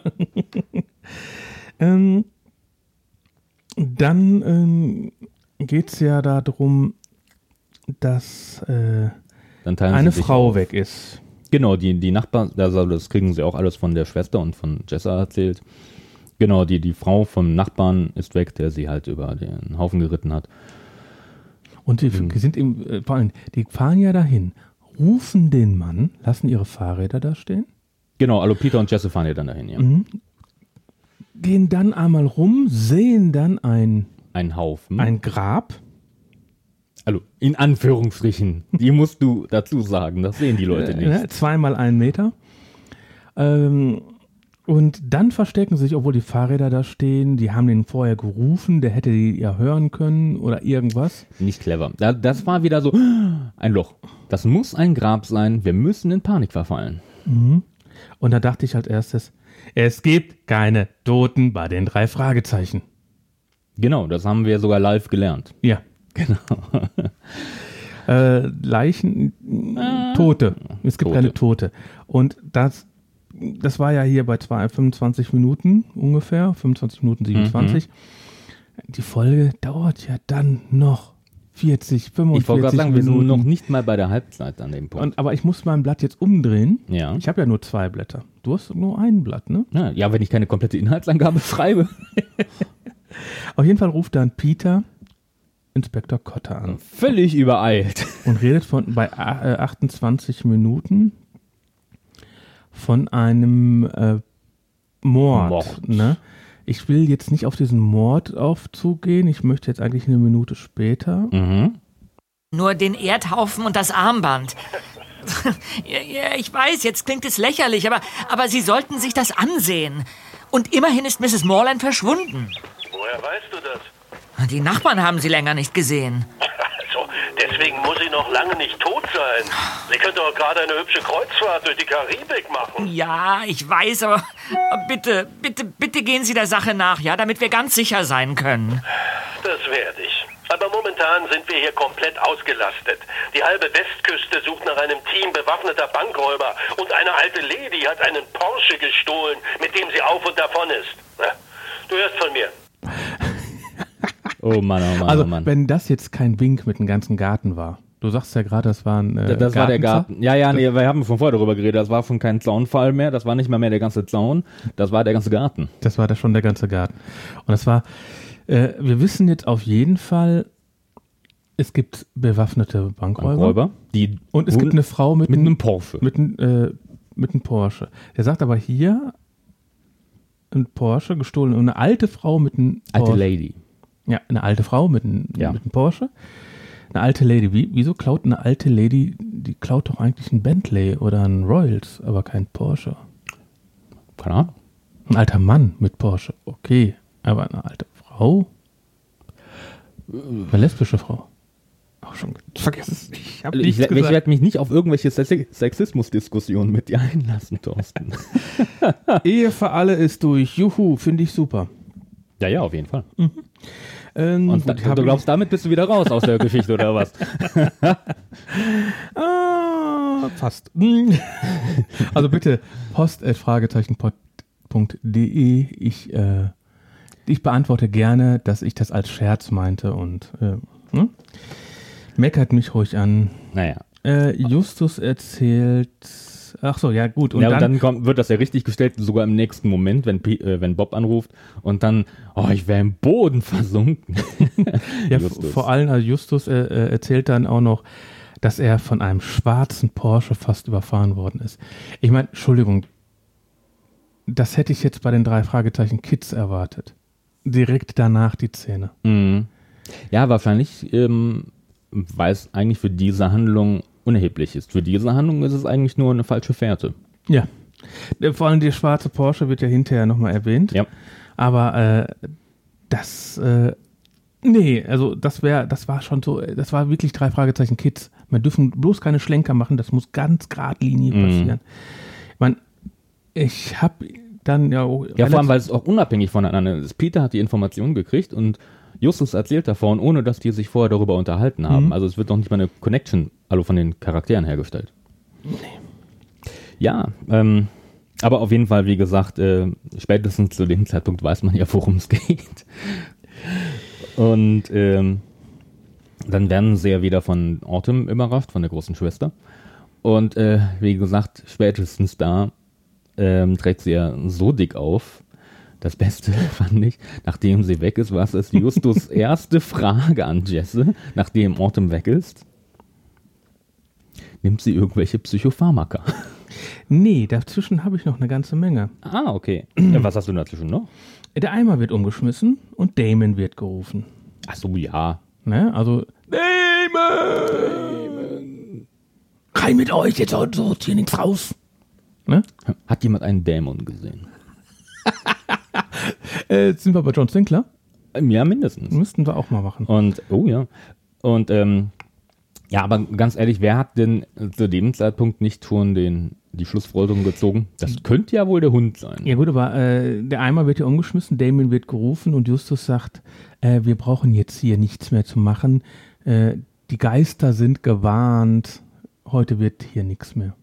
E: ja. Dann geht es ja darum, dass eine Frau weg ist.
F: Genau, die Nachbarn, das kriegen sie auch alles von der Schwester und von Jessa erzählt. Genau, die Frau vom Nachbarn ist weg, der sie halt über den Haufen geritten hat.
E: Und die sind vor allem, die fahren ja dahin, rufen den Mann, lassen ihre Fahrräder da stehen.
F: Genau, also Peter und Jesse fahren ja dann dahin, ja.
E: Gehen dann einmal rum, sehen dann ein
F: Haufen.
E: Ein Grab.
F: Also, in Anführungsstrichen. Die musst du dazu sagen, das sehen die Leute nicht.
E: 2x1 Meter. Und dann verstecken sie sich, obwohl die Fahrräder da stehen. Die haben den vorher gerufen, der hätte die ja hören können oder irgendwas.
F: Nicht clever. Das war wieder so ein Loch. Das muss ein Grab sein. Wir müssen in Panik verfallen.
E: Und da dachte ich als erstes, es gibt keine Toten bei den 3 Fragezeichen.
F: Genau, das haben wir sogar live gelernt.
E: Ja. Genau. Leichen, Tote. Es gibt keine Tote. Und das war ja hier bei 25 Minuten ungefähr, 25 Minuten 27. Die Folge dauert ja dann noch 40, 45
F: Ich wollte gerade sagen,
E: Minuten.
F: wir sind noch nicht mal bei der Halbzeit an dem Punkt.
E: Aber ich muss mein Blatt jetzt umdrehen.
F: Ja.
E: Ich habe ja nur 2 Blätter. Du hast nur ein Blatt, ne?
F: Ja, wenn ich keine komplette Inhaltsangabe schreibe.
E: Auf jeden Fall ruft dann Peter Inspektor Cotter an.
F: Völlig übereilt.
E: Und redet bei 28 Minuten von einem Mord. Ne? Ich will jetzt nicht auf diesen Mord aufzugehen. Ich möchte jetzt eigentlich eine Minute später.
F: Mhm.
G: Nur den Erdhaufen und das Armband. Ja, ich weiß, jetzt klingt es lächerlich, aber Sie sollten sich das ansehen. Und immerhin ist Mrs. Morland verschwunden.
K: Woher weißt du das?
G: Die Nachbarn haben sie länger nicht gesehen.
K: Also, deswegen muss sie noch lange nicht tot sein. Sie könnte doch gerade eine hübsche Kreuzfahrt durch die Karibik machen.
G: Ja, ich weiß, aber bitte gehen Sie der Sache nach, ja, damit wir ganz sicher sein können.
K: Das werde ich. Aber momentan sind wir hier komplett ausgelastet. Die halbe Westküste sucht nach einem Team bewaffneter Bankräuber und eine alte Lady hat einen Porsche gestohlen, mit dem sie auf und davon ist. Na, du hörst von mir.
F: Oh Mann,
E: also,
F: oh Mann.
E: Wenn das jetzt kein Wink mit dem ganzen Garten war. Du sagst ja gerade, das war ein
F: Das war der Garten. Ja, nee, wir haben von vorher darüber geredet. Das war schon kein Zaunfall mehr. Das war nicht mehr der ganze Zaun. Das war der ganze Garten.
E: Das war schon der ganze Garten. Und das war, wir wissen jetzt auf jeden Fall, es gibt bewaffnete Bankräuber. Und es gibt eine Frau mit einem Porsche. Mit einem Porsche. Der sagt aber hier, ein Porsche gestohlen und eine alte Frau mit einem Porsche.
F: Alte Lady.
E: Ja, eine alte Frau mit einem Porsche. Eine alte Lady. Wieso klaut eine alte Lady, die klaut doch eigentlich ein Bentley oder ein Royals, aber kein Porsche?
F: Keine Ahnung.
E: Ein alter Mann mit Porsche, okay. Aber eine alte Frau? Eine lesbische Frau? Auch schon, vergiss es nicht.
F: Ich werde mich nicht auf irgendwelche Sexismus-Diskussionen mit dir einlassen, Thorsten.
E: Ehe für alle ist durch. Juhu, finde ich super.
F: Ja, auf jeden Fall. Mhm. Und du glaubst, damit bist du wieder raus aus der Geschichte, oder was?
E: Fast. Also bitte, post@fragezeichen.de. Ich beantworte gerne, dass ich das als Scherz meinte und meckert mich ruhig an.
F: Naja.
E: Justus erzählt... Ach so, ja gut.
F: Und dann wird das ja richtig gestellt, sogar im nächsten Moment, wenn Bob anruft und dann, ich wäre im Boden versunken.
E: Ja, vor allem, also Justus erzählt dann auch noch, dass er von einem schwarzen Porsche fast überfahren worden ist. Ich meine, Entschuldigung, das hätte ich jetzt bei den 3 Fragezeichen Kids erwartet. Direkt danach die Szene.
F: Mhm. Ja, wahrscheinlich, weil es eigentlich für diese Handlung unerheblich ist. Für diese Handlung ist es eigentlich nur eine falsche Fährte.
E: Ja. Vor allem der schwarze Porsche wird ja hinterher nochmal erwähnt.
F: Ja.
E: Aber also das war schon so, das war wirklich 3 Fragezeichen Kids. Man dürfen bloß keine Schlenker machen, das muss ganz geradlinig passieren. Ich meine, ich habe dann ja auch...
F: Ja, vor allem, weil es auch unabhängig voneinander ist. Peter hat die Informationen gekriegt und Justus erzählt davon, ohne dass die sich vorher darüber unterhalten haben. Also es wird noch nicht mal eine Connection von den Charakteren hergestellt.
E: Nee.
F: Ja, aber auf jeden Fall, wie gesagt, spätestens zu dem Zeitpunkt weiß man ja, worum es geht. Und dann werden sie ja wieder von Autumn überrascht, von der großen Schwester. Und wie gesagt, spätestens da trägt sie ja so dick auf. Das Beste fand ich, nachdem sie weg ist, was ist Justus' erste Frage an Jesse, nachdem Autumn weg ist? Nimmt sie irgendwelche Psychopharmaka?
E: Nee, dazwischen habe ich noch eine ganze Menge.
F: Ah, okay. Was hast du dazwischen noch?
E: Der Eimer wird umgeschmissen und Damon wird gerufen.
F: Ach so, ja.
E: Ne? Also, Damon! Rein mit euch, jetzt so, hier nichts raus. Ne?
F: Hat jemand einen Dämon gesehen?
E: Jetzt sind wir bei John Sinclair.
F: Ja, mindestens.
E: Müssten wir auch mal machen.
F: Und, ja, aber ganz ehrlich, wer hat denn zu dem Zeitpunkt nicht schon die Schlussfolgerung gezogen? Das könnte ja wohl der Hund sein.
E: Ja gut, aber der Eimer wird ja umgeschmissen, Damon wird gerufen und Justus sagt, wir brauchen jetzt hier nichts mehr zu machen. Die Geister sind gewarnt. Heute wird hier nichts mehr.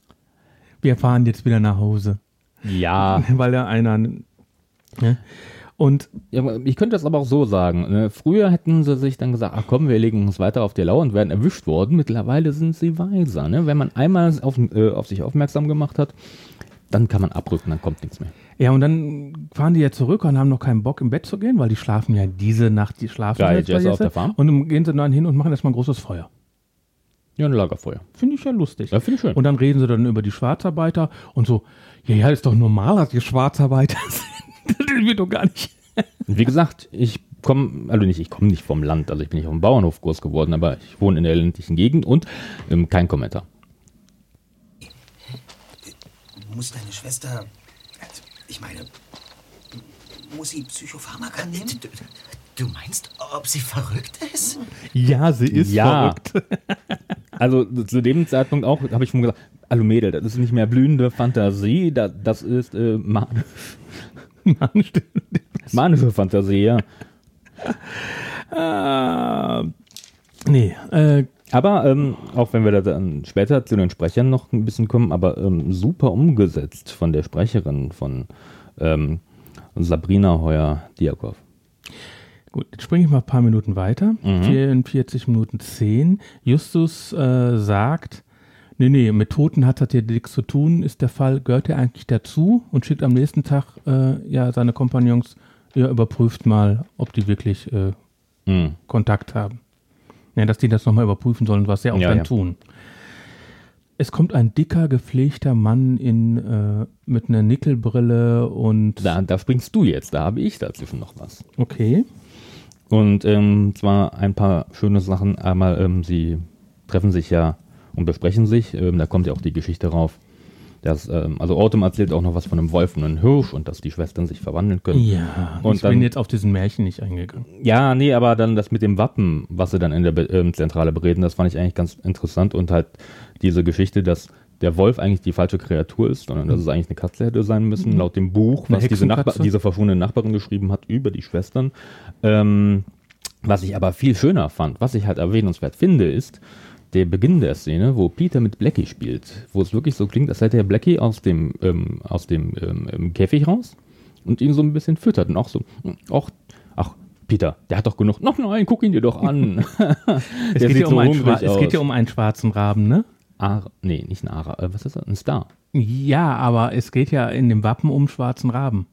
E: Wir fahren jetzt wieder nach Hause.
F: Ja.
E: Weil da einer... Ne? Und
F: ja, ich könnte das aber auch so sagen. Ne? Früher hätten sie sich dann gesagt, ach komm, wir legen uns weiter auf die Lauer und werden erwischt worden. Mittlerweile sind sie weiser. Ne? Wenn man einmal auf sich aufmerksam gemacht hat, dann kann man abrücken, dann kommt nichts mehr.
E: Ja, und dann fahren die ja zurück und haben noch keinen Bock im Bett zu gehen, weil die schlafen ja diese Nacht, die schlafen
F: jetzt auf der Farm.
E: Und dann gehen sie dann hin und machen erstmal ein großes Feuer.
F: Ja, ein Lagerfeuer.
E: Finde ich ja lustig.
F: Ja, finde ich schön.
E: Und dann reden sie dann über die Schwarzarbeiter und so, ja, ist doch normal, dass die Schwarzarbeiter sind. Das wird doch gar nicht.
F: Wie gesagt, ich komme nicht vom Land, also ich bin nicht auf dem Bauernhof groß geworden, aber ich wohne in der ländlichen Gegend und kein Kommentar.
J: Muss deine Schwester, ich meine, muss sie Psychopharmaka nehmen? Du meinst, ob sie verrückt ist?
E: Ja, sie ist verrückt.
F: Also zu dem Zeitpunkt auch, habe ich schon gesagt, hallo Mädel, das ist nicht mehr blühende Fantasie, das ist manische Fantasie, ja.
E: Nee,
F: aber auch wenn wir da dann später zu den Sprechern noch ein bisschen kommen, aber super umgesetzt von der Sprecherin von Sabrina Heuer-Diakow.
E: Gut, jetzt springe ich mal ein paar Minuten weiter. 44 Minuten 10. Justus sagt, nee, mit Toten hat das hier nichts zu tun, ist der Fall, gehört er eigentlich dazu und schickt am nächsten Tag seine Kompagnons, überprüft mal, ob die wirklich Kontakt haben. Ja, dass die das nochmal überprüfen sollen, was sie auch dann tun. Es kommt ein dicker, gepflegter Mann mit einer Nickelbrille und...
F: Da springst du jetzt, da habe ich dazwischen noch was.
E: Okay.
F: Und zwar ein paar schöne Sachen. Einmal, sie treffen sich ja und besprechen sich. Da kommt ja auch die Geschichte rauf. Also Autumn erzählt auch noch was von einem Wolf und einem Hirsch und dass die Schwestern sich verwandeln können.
E: Ja, und ich bin jetzt auf diesen Märchen nicht eingegangen.
F: Ja, nee, aber dann das mit dem Wappen, was sie dann in der Zentrale bereden, das fand ich eigentlich ganz interessant und halt diese Geschichte, dass der Wolf eigentlich die falsche Kreatur ist, sondern dass es eigentlich eine Katze hätte sein müssen, laut dem Buch, was diese verschwundene Nachbarin geschrieben hat über die Schwestern. Was ich aber viel schöner fand, was ich halt erwähnenswert finde, ist der Beginn der Szene, wo Peter mit Blackie spielt, wo es wirklich so klingt, als hätte er Blackie aus dem Käfig raus und ihn so ein bisschen füttert und auch so, ach, Peter, der hat doch genug. Noch nein, guck ihn dir doch an.
E: Es geht ja um einen schwarzen Raben, ne?
F: Nee, nicht ein Ara. Was ist das? Ein Star.
E: Ja, aber es geht ja in dem Wappen um schwarzen Raben.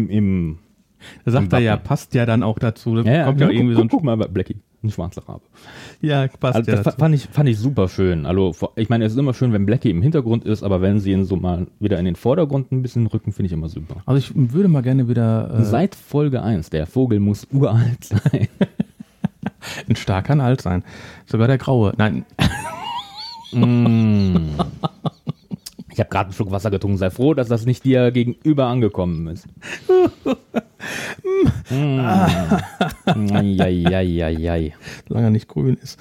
E: Da sagt er ja, passt ja dann auch dazu.
F: Das kommt ja irgendwie so guck mal bei Blackie. Ein schwarzer Rabe.
E: Ja, passt
F: also,
E: ja.
F: Das fand ich super schön. Also, ich meine, es ist immer schön, wenn Blackie im Hintergrund ist, aber wenn sie ihn so mal wieder in den Vordergrund ein bisschen rücken, finde ich immer super.
E: Also ich würde mal gerne wieder...
F: Seit Folge 1, der Vogel muss uralt sein.
E: Ein Star kann alt sein. Sogar der Graue. Nein.
F: Ich habe gerade einen Schluck Wasser getrunken. Sei froh, dass das nicht dir gegenüber angekommen ist. Solange
E: er nicht grün ist.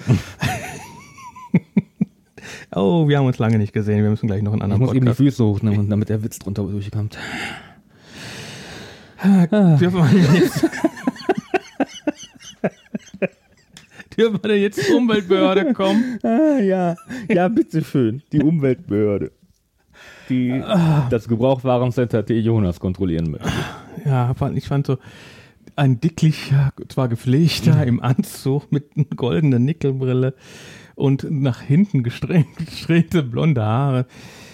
E: Oh, wir haben uns lange nicht gesehen. Wir müssen gleich noch einen anderen
F: Podcast. Ich muss eben die Füße hochnehmen, damit der Witz drunter durchkommt.
E: Dürfen wir denn jetzt zur Umweltbehörde kommen?
F: Ja, bitteschön. Die Umweltbehörde. Die das Gebrauchtwarencenter T. Jonas kontrollieren möchte.
E: Ja, ich fand so ein dicklicher, zwar gepflegter im Anzug mit einer goldenen Nickelbrille und nach hinten gesträhnte blonde Haare.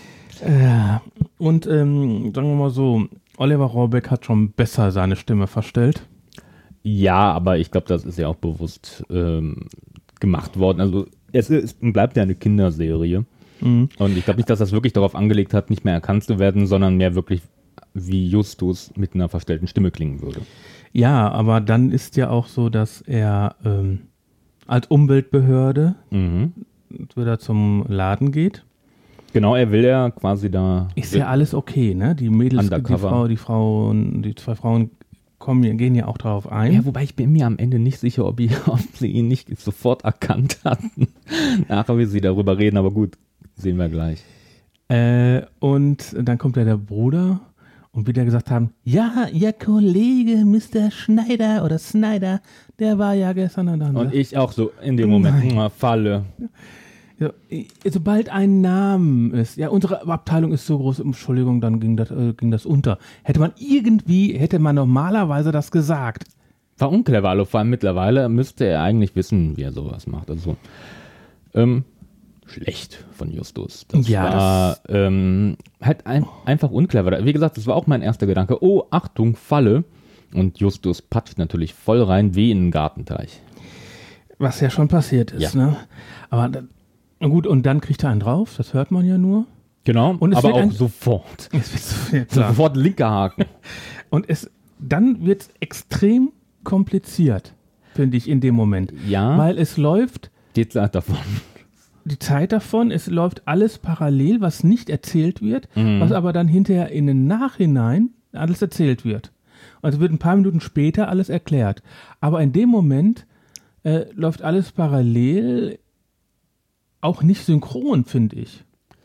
E: Und sagen wir mal so, Oliver Rohrbeck hat schon besser seine Stimme verstellt.
F: Ja, aber ich glaube, das ist ja auch bewusst gemacht worden. Also es bleibt ja eine Kinderserie. Und ich glaube nicht, dass das wirklich darauf angelegt hat, nicht mehr erkannt zu werden, sondern mehr wirklich wie Justus mit einer verstellten Stimme klingen würde.
E: Ja, aber dann ist ja auch so, dass er als Umweltbehörde wieder zum Laden geht.
F: Genau, er will ja quasi da...
E: Ist ja alles okay, ne? Die Mädels, die zwei Frauen gehen ja auch darauf ein.
F: Ja, wobei ich bin mir am Ende nicht sicher, ob sie ihn nicht sofort erkannt hatten. Nachher, wie sie darüber reden, aber gut, sehen wir gleich.
E: Und dann kommt ja der Bruder und wieder gesagt haben, ja, ihr Kollege Mr. Schneider oder Snyder, der war ja gestern.
F: Und ich auch so in dem Moment, Falle.
E: Ja, sobald ein Name ist, ja, unsere Abteilung ist so groß, Entschuldigung, dann ging das unter. Hätte man normalerweise das gesagt.
F: War unclever, also vor allem mittlerweile müsste er eigentlich wissen, wie er sowas macht. Also, schlecht von Justus. Das war halt einfach unclever. Wie gesagt, das war auch mein erster Gedanke. Oh, Achtung, Falle. Und Justus patscht natürlich voll rein wie in einen Gartenteich.
E: Was ja schon passiert ist, ne? Aber gut, und dann kriegt er einen drauf, das hört man ja nur.
F: Genau, und aber auch sofort. Sofort linker Haken. Und
E: dann wird es extrem kompliziert, finde ich, in dem Moment.
F: Ja.
E: Weil es läuft...
F: Die Zeit davon,
E: es läuft alles parallel, was nicht erzählt wird, was aber dann hinterher in den Nachhinein alles erzählt wird. Also wird ein paar Minuten später alles erklärt. Aber in dem Moment läuft alles parallel, auch nicht synchron, finde ich.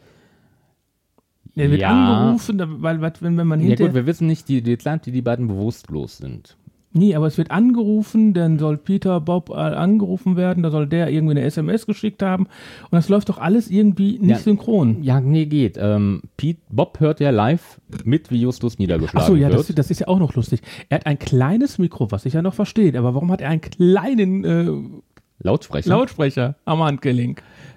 E: Er wird angerufen, weil wenn man hinterher...
F: Ja gut, wir wissen nicht die Zeit, die beiden bewusstlos sind.
E: Nee, aber es wird angerufen, dann soll Peter Bob angerufen werden, da soll der irgendwie eine SMS geschickt haben und das läuft doch alles irgendwie nicht synchron.
F: Ja, nee, geht. Bob hört ja live mit, wie Justus niedergeschlagen wird.
E: Achso, ja, das ist ja auch noch lustig. Er hat ein kleines Mikro, was ich ja noch verstehe, aber warum hat er einen kleinen Lautsprecher am Handgelenk?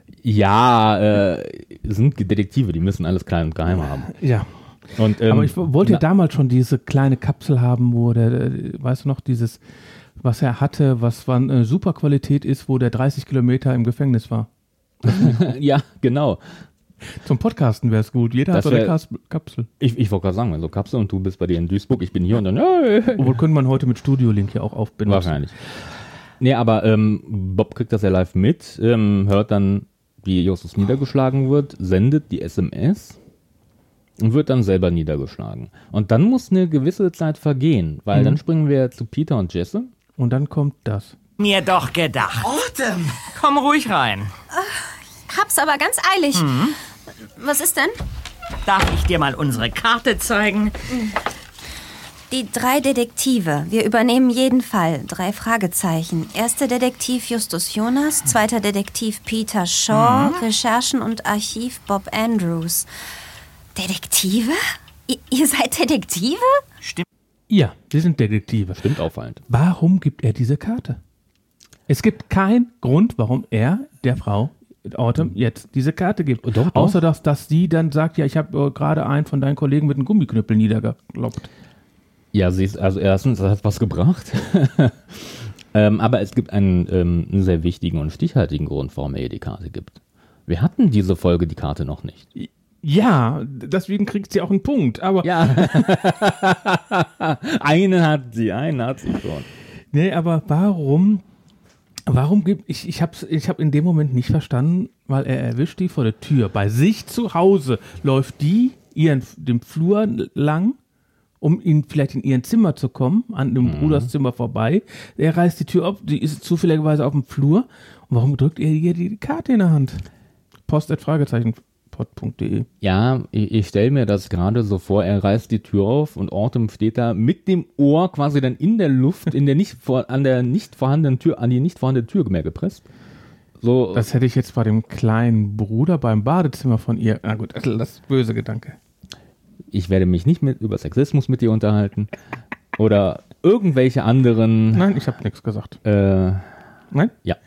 F: Ja, sind Detektive, die müssen alles klein und geheim haben.
E: Ja. Und, aber ich wollte ja damals schon diese kleine Kapsel haben, wo der, weißt du noch, dieses, was er hatte, was eine super Qualität ist, wo der 30 Kilometer im Gefängnis war.
F: Ja, genau.
E: Zum Podcasten wäre es gut. Jeder hat so eine Kapsel.
F: Ich wollte gerade sagen, also Kapsel und du bist bei dir in Duisburg, ich bin hier und dann...
E: Obwohl könnte man heute mit Studio-Link ja auch aufbinden.
F: Wahrscheinlich. Nee, aber Bob kriegt das ja live mit, hört dann, wie Justus niedergeschlagen wird, sendet die SMS und wird dann selber niedergeschlagen. Und dann muss eine gewisse Zeit vergehen, weil dann springen wir zu Peter und Jesse.
E: Und dann kommt das.
G: Mir doch gedacht.
C: Autumn!
G: Komm ruhig rein.
L: Hab's aber ganz eilig. Was ist denn?
G: Darf ich dir mal unsere Karte zeigen?
L: Die 3 Detektive. Wir übernehmen jeden Fall. 3 Fragezeichen. Erster Detektiv Justus Jonas, zweiter Detektiv Peter Shaw, Recherchen und Archiv Bob Andrews. Detektive? Ihr seid Detektive?
G: Stimmt.
E: Ja, wir sind Detektive.
F: Stimmt auffallend.
E: Warum gibt er diese Karte? Es gibt keinen Grund, warum er der Frau Autumn jetzt diese Karte gibt.
F: Doch.
E: Außer, dass sie dann sagt, ja, ich habe gerade einen von deinen Kollegen mit einem Gummiknüppel niedergekloppt.
F: Ja, also erstens, das hat was gebracht. Aber es gibt einen sehr wichtigen und stichhaltigen Grund, warum er ihr die Karte gibt. Wir hatten diese Folge die Karte noch nicht.
E: Ja, deswegen kriegt sie auch einen Punkt, aber...
F: Ja, einen hat sie schon.
E: Nee, aber warum gibt... Ich hab in dem Moment nicht verstanden, weil er erwischt die vor der Tür. Bei sich zu Hause läuft die dem Flur lang, um vielleicht in ihren Zimmer zu kommen, an dem Bruders Zimmer vorbei. Er reißt die Tür ab, die ist zufälligerweise auf dem Flur. Und warum drückt er ihr die Karte in der Hand? post@fragezeichenpod.de.
F: Ja, ich stelle mir das gerade so vor, er reißt die Tür auf und Autumn steht da mit dem Ohr quasi dann in der Luft, an die nicht vorhandene Tür mehr gepresst. So.
E: Das hätte ich jetzt bei dem kleinen Bruder beim Badezimmer von ihr. Na gut, das ist böse Gedanke.
F: Ich werde mich nicht über Sexismus mit dir unterhalten oder irgendwelche anderen...
E: Nein, ich habe nichts gesagt.
F: Nein? Ja.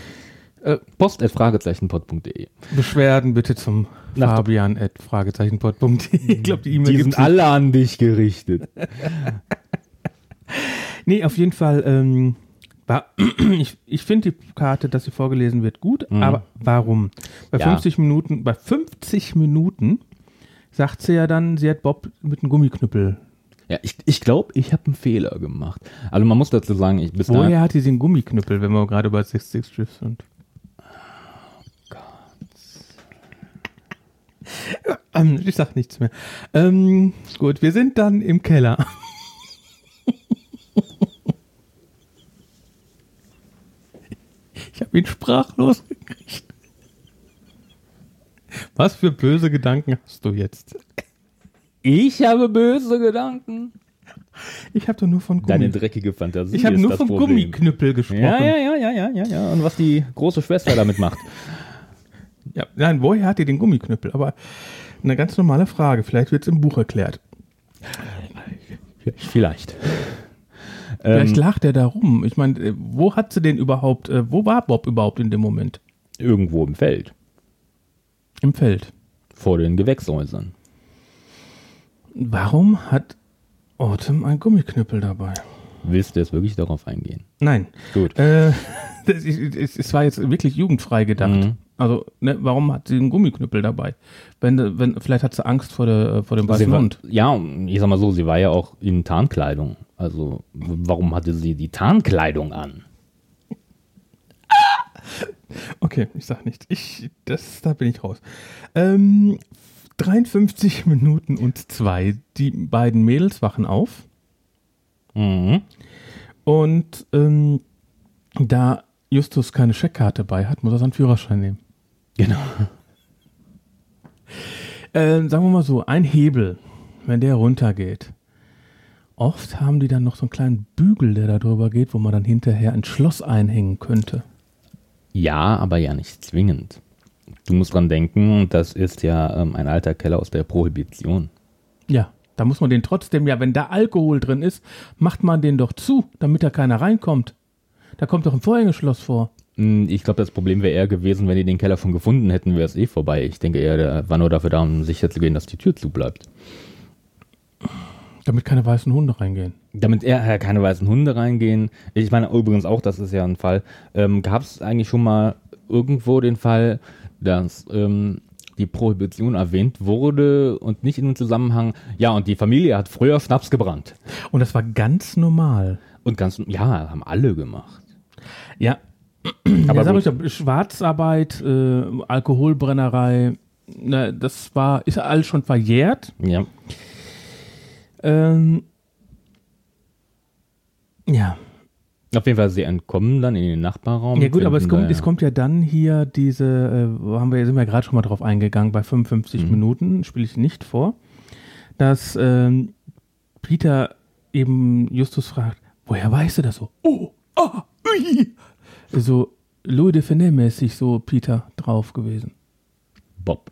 F: post@fragezeichenpod.de.
E: Beschwerden bitte zum Fabian@fragezeichenpod.de. Ich glaube, die E-Mail
F: sind alle an dich gerichtet.
E: Nee, auf jeden Fall, ich finde die Karte, dass sie vorgelesen wird, gut, aber warum? Bei 50 Minuten sagt sie ja dann, sie hat Bob mit einem Gummiknüppel.
F: Ja, ich glaube, ich habe einen Fehler gemacht. Also man muss dazu sagen,
E: woher hat sie den Gummiknüppel, wenn wir gerade bei 66 Schiff sind? Ich sag nichts mehr. Gut, wir sind dann im Keller. Ich habe ihn sprachlos gekriegt. Was für böse Gedanken hast du jetzt?
F: Ich habe böse Gedanken.
E: Ich habe doch nur von
F: Deine dreckige Fantasie.
E: Ich habe nur von Gummiknüppel gesprochen.
F: Ja. Und was die große Schwester damit macht.
E: Ja, nein, woher hat die den Gummiknüppel? Aber eine ganz normale Frage. Vielleicht wird es im Buch erklärt.
F: Vielleicht.
E: Vielleicht lacht er da rum. Ich meine, wo hat sie den überhaupt, wo war Bob überhaupt in dem Moment?
F: Irgendwo im Feld.
E: Im Feld?
F: Vor den Gewächshäusern.
E: Warum hat Autumn ein Gummiknüppel dabei?
F: Willst du jetzt wirklich darauf eingehen?
E: Nein.
F: Gut.
E: Es war jetzt wirklich jugendfrei gedacht.
F: Mhm.
E: Also, ne, warum hat sie einen Gummiknüppel dabei? Vielleicht hat sie Angst vor dem weißen Hund.
F: Ja, ich sag mal so, sie war ja auch in Tarnkleidung. Also, warum hatte sie die Tarnkleidung an?
E: Okay, ich sag nichts. Da bin ich raus. 53 Minuten und 2. Die beiden Mädels wachen auf.
F: Mhm.
E: Und da Justus keine Scheckkarte bei hat, muss er seinen Führerschein nehmen.
F: Genau.
E: Sagen wir mal so, ein Hebel, wenn der runtergeht. Oft haben die dann noch so einen kleinen Bügel, der da drüber geht, wo man dann hinterher ein Schloss einhängen könnte.
F: Ja, aber ja nicht zwingend. Du musst dran denken, das ist ja ein alter Keller aus der Prohibition.
E: Ja, da muss man den trotzdem, wenn da Alkohol drin ist, macht man den doch zu, damit da keiner reinkommt. Da kommt doch ein Vorhängeschloss vor.
F: Ich glaube, das Problem wäre eher gewesen, wenn die den Keller schon gefunden hätten, wäre es vorbei. Ich denke eher, der war nur dafür da, um sicher zu gehen, dass die Tür zu bleibt.
E: Damit keine weißen Hunde reingehen.
F: Damit eher keine weißen Hunde reingehen. Ich meine übrigens auch, das ist ja ein Fall. Gab es eigentlich schon mal irgendwo den Fall, dass die Prohibition erwähnt wurde und nicht in einem Zusammenhang, ja, und die Familie hat früher Schnaps gebrannt.
E: Und das war ganz normal.
F: Und ja, haben alle gemacht.
E: Ja, aber ja, sag ich, Schwarzarbeit, Alkoholbrennerei, ist alles schon verjährt.
F: Ja.
E: Ja.
F: Auf jeden Fall, sie entkommen dann in den Nachbarraum.
E: Ja gut, aber es kommt ja dann hier diese, sind wir gerade schon mal drauf eingegangen, bei 55 Minuten, spiele ich nicht vor, dass Peter eben Justus fragt, woher weißt du das so? Ui. So Louis de Funès-mäßig so Peter drauf gewesen.
F: Bob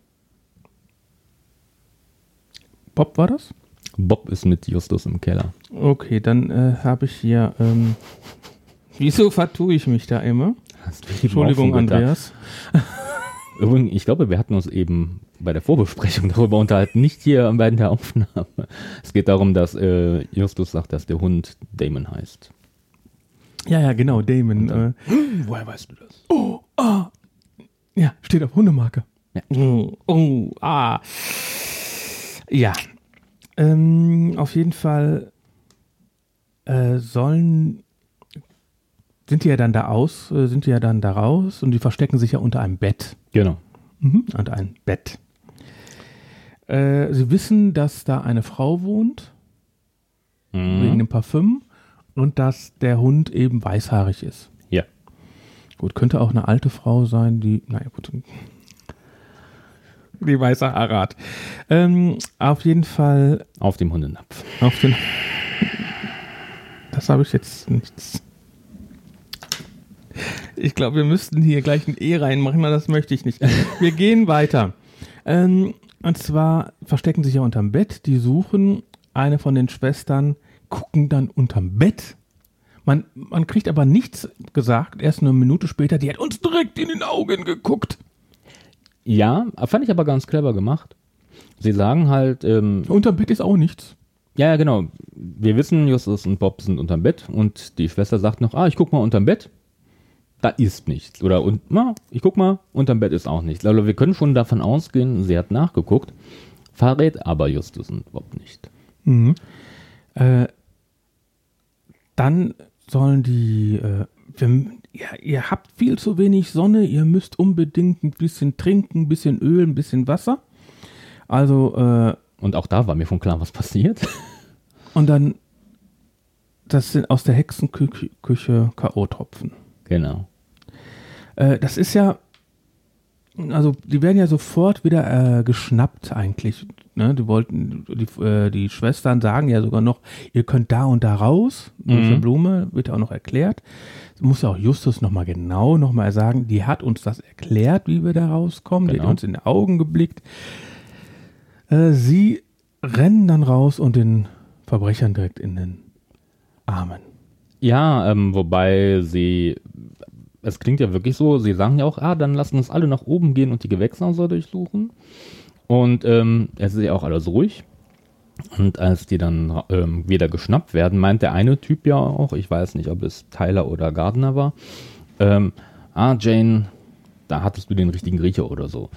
E: war das?
F: Bob ist mit Justus im Keller.
E: Okay, dann habe ich hier, wieso vertue ich mich da immer? Entschuldigung, Andreas.
F: Übrigens, ich glaube, wir hatten uns eben bei der Vorbesprechung darüber unterhalten, nicht hier bei der Aufnahme. Es geht darum, dass Justus sagt, dass der Hund Damon heißt.
E: Ja, genau, Damon.
F: Woher weißt du das?
E: Ja, steht auf Hundemarke.
F: Ja.
E: Ja. Auf jeden Fall sind die ja dann da raus und die verstecken sich ja unter einem Bett.
F: Genau.
E: Unter einem Bett. Sie wissen, dass da eine Frau wohnt, wegen dem Parfüm, und dass der Hund eben weißhaarig ist.
F: Ja.
E: Gut, könnte auch eine alte Frau sein, die weiße Haare hat. Auf jeden Fall.
F: Auf dem Hundenapf.
E: Das habe ich jetzt nichts. Ich glaube, wir müssten hier gleich ein E reinmachen, aber das möchte ich nicht. Wir gehen weiter. Und zwar verstecken sich ja unterm Bett, die suchen eine von den Schwestern, gucken dann unterm Bett. Man kriegt aber nichts gesagt, erst eine Minute später, die hat uns direkt in den Augen geguckt.
F: Ja, fand ich aber ganz clever gemacht. Sie sagen halt...
E: unterm Bett ist auch nichts.
F: Ja, genau. Wir wissen, Justus und Bob sind unterm Bett und die Schwester sagt noch, ich guck mal unterm Bett. Da ist nichts. Oder ich guck mal, unterm Bett ist auch nichts. Also wir können schon davon ausgehen, sie hat nachgeguckt, verrät aber Justus und Bob nicht.
E: Mhm. Dann sollen die... ihr habt viel zu wenig Sonne, ihr müsst unbedingt ein bisschen trinken, ein bisschen Öl, ein bisschen Wasser. Also,
F: und auch da war mir schon klar, was passiert.
E: Und dann, das sind aus der Hexenküche K.O.-Tropfen.
F: Genau.
E: Das ist ja, also die werden ja sofort wieder geschnappt eigentlich. Ne? Die wollten, die Schwestern sagen ja sogar noch, ihr könnt da und da raus. Durch die Blume wird auch noch erklärt. Das muss ja auch Justus nochmal sagen, die hat uns das erklärt, wie wir da rauskommen. Die hat uns in die Augen geblickt. Sie rennen dann raus und den Verbrechern direkt in den Armen.
F: Ja, wobei es klingt ja wirklich so, sie sagen ja auch, dann lassen uns alle nach oben gehen und die Gewächshäuser durchsuchen. Und es ist ja auch alles ruhig. Und als die dann wieder geschnappt werden, meint der eine Typ ja auch, ich weiß nicht, ob es Tyler oder Gardner war, Jane, da hattest du den richtigen Grieche oder so.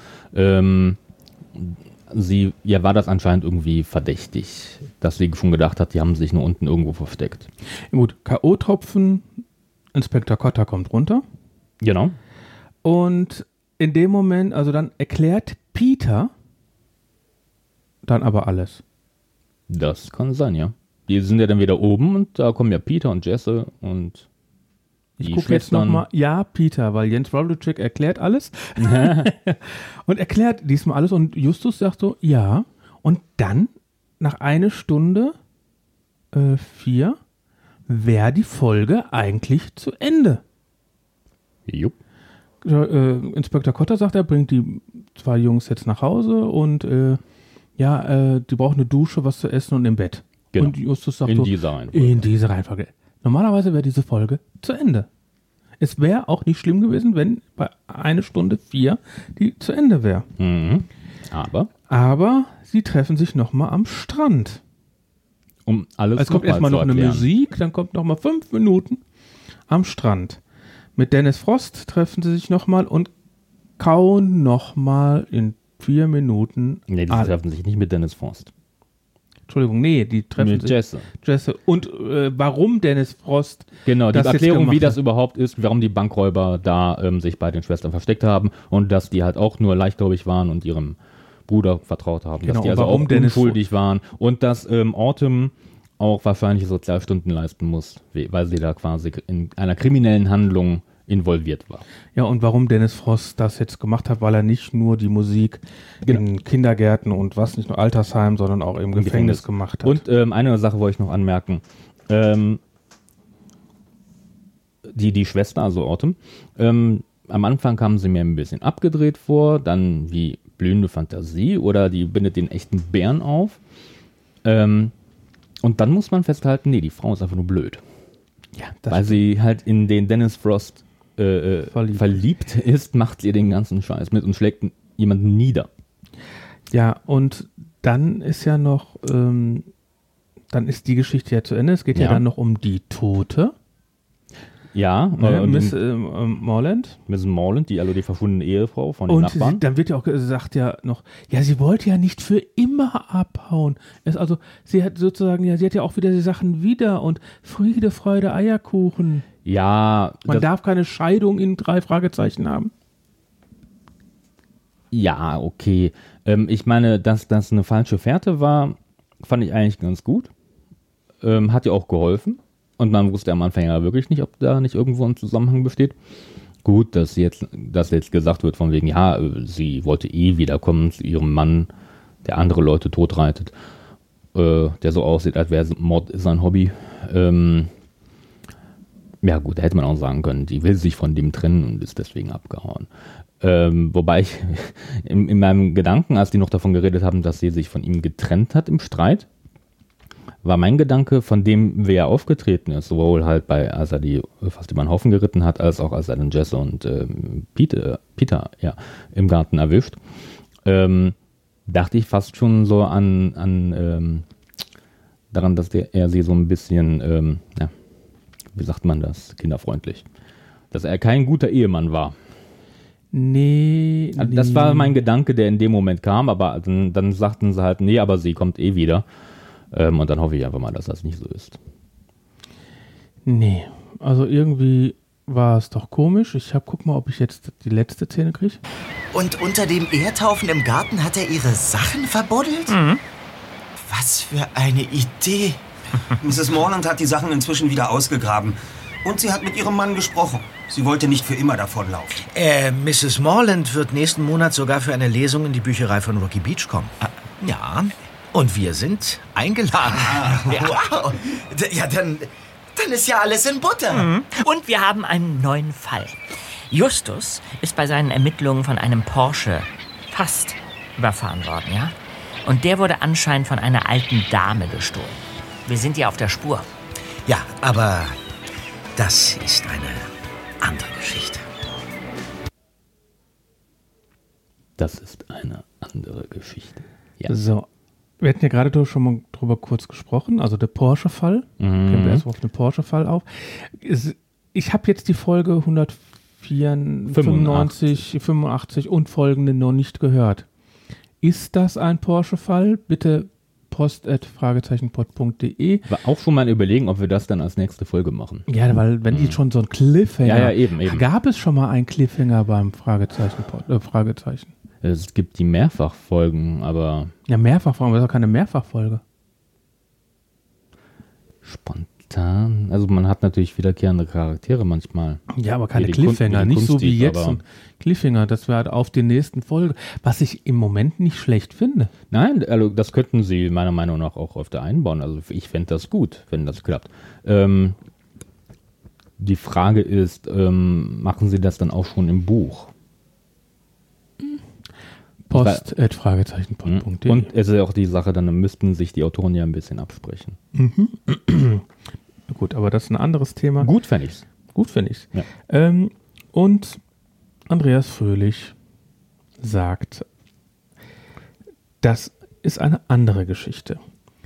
F: War das anscheinend irgendwie verdächtig, dass sie schon gedacht hat, die haben sich nur unten irgendwo versteckt.
E: Gut, K.O.-Tropfen, Inspektor Cotter kommt runter.
F: Genau.
E: Und in dem Moment, also dann erklärt Peter dann aber alles.
F: Das kann sein, ja. Die sind ja dann wieder oben und da kommen ja Peter und Jesse und
E: ich gucke jetzt nochmal. Ja, Peter, weil Jens Wawrczyk erklärt alles. Und erklärt diesmal alles und Justus sagt so, ja. Und dann, nach 1 Stunde 4, wäre die Folge eigentlich zu Ende.
F: Jupp.
E: Inspektor Cotter sagt, er bringt die 2 Jungs jetzt nach Hause und die brauchen eine Dusche, was zu essen und im Bett.
F: Genau.
E: Und Justus sagt
F: in dieser
E: Reihenfolge. Normalerweise wäre diese Folge zu Ende. Es wäre auch nicht schlimm gewesen, wenn bei 1 Stunde 4 die zu Ende wäre.
F: Mhm.
E: Aber sie treffen sich nochmal am Strand.
F: Um alles
E: Es kommt erstmal noch eine Musik, dann kommt nochmal 5 Minuten am Strand. Mit Dennis Frost treffen sie sich nochmal und kauen nochmal in 4 Minuten.
F: Nee, die treffen sich nicht mit Dennis Frost.
E: Entschuldigung, nee, die treffen
F: mit
E: sich. Jesse. Und warum Dennis Frost?
F: Genau, die Erklärung, wie das überhaupt ist, warum die Bankräuber da sich bei den Schwestern versteckt haben und dass die halt auch nur leichtgläubig waren und ihrem Bruder vertraut haben,
E: genau,
F: dass die also auch unschuldig waren und dass Autumn auch wahrscheinlich Sozialstunden leisten muss, weil sie da quasi in einer kriminellen Handlung involviert war.
E: Ja, und warum Dennis Frost das jetzt gemacht hat, weil er nicht nur die Musik in Kindergärten und nicht nur Altersheim, sondern auch im Gefängnis gemacht hat.
F: Und eine Sache wollte ich noch anmerken. Die Schwester, also Autumn, am Anfang kamen sie mir ein bisschen abgedreht vor, dann wie blühende Fantasie oder die bindet den echten Bären auf. Und dann muss man festhalten, nee, die Frau ist einfach nur blöd.
E: Ja,
F: weil sie halt in den Dennis Frost verliebt ist, macht sie den ganzen Scheiß mit und schlägt jemanden nieder.
E: Ja, und dann ist ja noch, dann ist die Geschichte ja zu Ende. Es geht ja dann noch um die Tote.
F: Ja,
E: Miss Morland.
F: Mrs. Morland, die verschwundene Ehefrau von den Nachbarn.
E: Und dann wird ja auch gesagt noch, sie wollte ja nicht für immer abhauen. Sie hat sozusagen, sie hat ja auch wieder die Sachen wieder und Friede, Freude, Eierkuchen.
F: Ja.
E: Man darf keine Scheidung in 3 Fragezeichen haben.
F: Ja, okay. Ich meine, dass das eine falsche Fährte war, fand ich eigentlich ganz gut. Hat ja auch geholfen. Und man wusste am Anfang ja wirklich nicht, ob da nicht irgendwo ein Zusammenhang besteht. Gut, dass jetzt gesagt wird von wegen, sie wollte wiederkommen zu ihrem Mann, der andere Leute totreitet, der so aussieht, als wäre Mord sein Hobby. Ja gut, da hätte man auch sagen können, die will sich von dem trennen und ist deswegen abgehauen. Wobei ich in meinem Gedanken, als die noch davon geredet haben, dass sie sich von ihm getrennt hat im Streit, war mein Gedanke, von dem wer aufgetreten ist, sowohl halt als er die fast über den Haufen geritten hat, als auch als er dann Jesse und Peter im Garten erwischt, dachte ich fast schon so daran, dass er sie so ein bisschen, wie sagt man das, kinderfreundlich, dass er kein guter Ehemann war.
E: Nee.
F: Das war mein Gedanke, der in dem Moment kam, aber dann sagten sie halt, nee, aber sie kommt wieder. Und dann hoffe ich einfach mal, dass das nicht so ist.
E: Nee, also irgendwie war es doch komisch. Guck mal, ob ich jetzt die letzte Szene kriege.
H: Und unter dem Erdhaufen im Garten hat er ihre Sachen verbuddelt?
J: Mhm.
H: Was für eine Idee.
J: Mrs. Morland hat die Sachen inzwischen wieder ausgegraben. Und sie hat mit ihrem Mann gesprochen. Sie wollte nicht für immer davonlaufen.
M: Mrs. Morland wird nächsten Monat sogar für eine Lesung in die Bücherei von Rocky Beach kommen. Ja, und wir sind eingeladen.
H: Wow. Ja, dann ist ja alles in Butter.
G: Mhm. Und wir haben einen neuen Fall. Justus ist bei seinen Ermittlungen von einem Porsche fast überfahren worden, ja? Und der wurde anscheinend von einer alten Dame gestohlen. Wir sind ja auf der Spur.
M: Ja, aber das ist eine andere Geschichte.
F: Das ist eine andere Geschichte. Ja.
E: So, wir hatten ja gerade schon mal drüber kurz gesprochen, also der Porsche-Fall. Gehen wir erstmal auf den Porsche-Fall auf. Ich habe jetzt die Folge 195, 85 und folgende noch nicht gehört. Ist das ein Porsche-Fall? Bitte post@fragezeichen-pod.de.
F: War auch schon mal überlegen, ob wir das dann als nächste Folge machen.
E: Ja, weil wenn die schon so ein Cliffhanger...
F: Ja, eben.
E: Gab es schon mal einen Cliffhanger beim Fragezeichen?
F: Es gibt die Mehrfachfolgen, aber...
E: Ja, Mehrfachfolgen, aber das ist doch keine Mehrfachfolge.
F: Spontan. Also man hat natürlich wiederkehrende Charaktere manchmal.
E: Ja, aber keine Cliffhanger, nicht so wie jetzt ein Cliffhanger, das wäre halt auf die nächsten Folge, was ich im Moment nicht schlecht finde.
F: Nein, also das könnten sie meiner Meinung nach auch öfter einbauen. Also ich fände das gut, wenn das klappt. Die Frage ist, machen sie das dann auch schon im Buch?
E: post@fragezeichen.de.
F: Und es ist ja auch die Sache, dann müssten sich die Autoren ja ein bisschen absprechen.
E: Gut, aber das ist ein anderes Thema.
F: Gut fände ich's.
E: Ja. Und Andreas Fröhlich sagt, das ist eine andere Geschichte.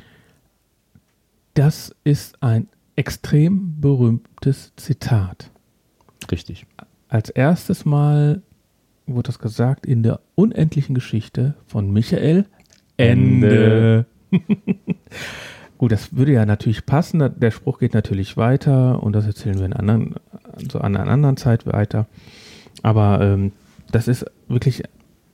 E: Das ist ein extrem berühmtes Zitat.
F: Richtig.
E: Als erstes Mal wurde das gesagt in der unendlichen Geschichte von Michael Ende. Gut, das würde ja natürlich passen. Der Spruch geht natürlich weiter und das erzählen wir an einer anderen Zeit weiter. Aber das ist wirklich,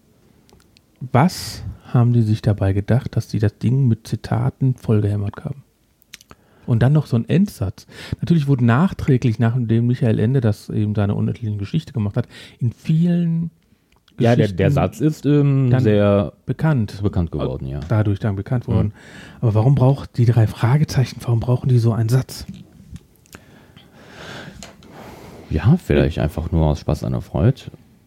E: was haben die sich dabei gedacht, dass die das Ding mit Zitaten vollgehämmert haben? Und dann noch so ein Endsatz. Natürlich wurde nachträglich, nachdem Michael Ende das eben seine unendliche Geschichte gemacht hat, in vielen
F: Ja, der Satz ist sehr
E: bekannt
F: geworden, ja.
E: Dadurch dann bekannt worden. Aber warum braucht die 3 Fragezeichen, warum brauchen die so einen Satz?
F: Ja, vielleicht einfach nur aus Spaß an der Freude.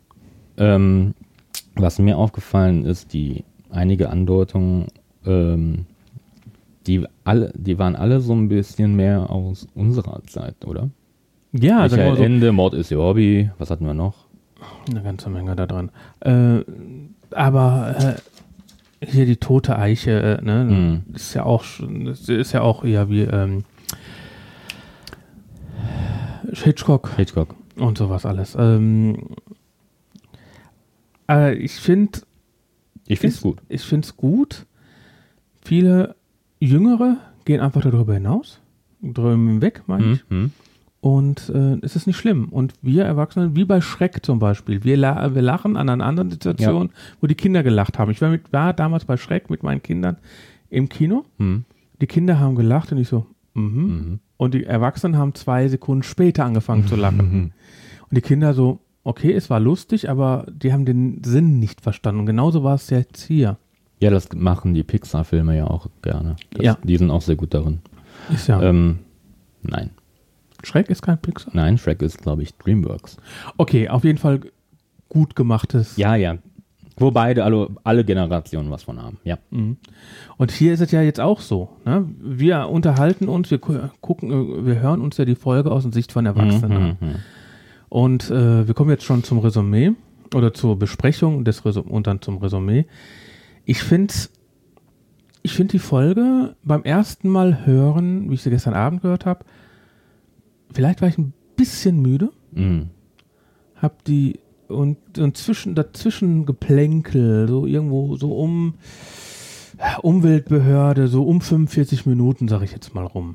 F: Was mir aufgefallen ist, einige Andeutungen, die waren alle so ein bisschen mehr aus unserer Zeit, oder?
E: Ja,
F: Michael Ende, Mord ist ihr Hobby, was hatten wir noch?
E: Eine ganze Menge da dran. Aber hier die tote Eiche, ne, ist ja auch eher wie Hitchcock und sowas alles. Ich finde es gut. Viele Jüngere gehen einfach darüber hinaus, drüber weg, meine ich. Und es ist nicht schlimm. Und wir Erwachsene, wie bei Schreck zum Beispiel, wir lachen an einer anderen Situation, wo die Kinder gelacht haben. Ich war damals bei Schreck mit meinen Kindern im Kino. Die Kinder haben gelacht und ich so, Und die Erwachsenen haben 2 Sekunden später angefangen zu lachen. Und die Kinder so, okay, es war lustig, aber die haben den Sinn nicht verstanden. Und genauso war es jetzt hier.
F: Ja, das machen die Pixar-Filme ja auch gerne. Die sind auch sehr gut darin.
E: Ist ja.
F: Nein.
E: Shrek ist kein Pixar?
F: Nein, Shrek ist, glaube ich, DreamWorks.
E: Okay, auf jeden Fall gut gemachtes.
F: Ja. Wobei alle Generationen was von haben, ja.
E: Und hier ist es ja jetzt auch so. Ne? Wir unterhalten uns, wir hören uns ja die Folge aus der Sicht von Erwachsenen an. Und wir kommen jetzt schon zum Resümee oder zur Besprechung und dann zum Resümee. Ich finde die Folge beim ersten Mal hören, wie ich sie gestern Abend gehört habe, vielleicht war ich ein bisschen müde, hab die und dazwischen Geplänkel, so irgendwo so um Umweltbehörde, so um 45 Minuten, sag ich jetzt mal rum.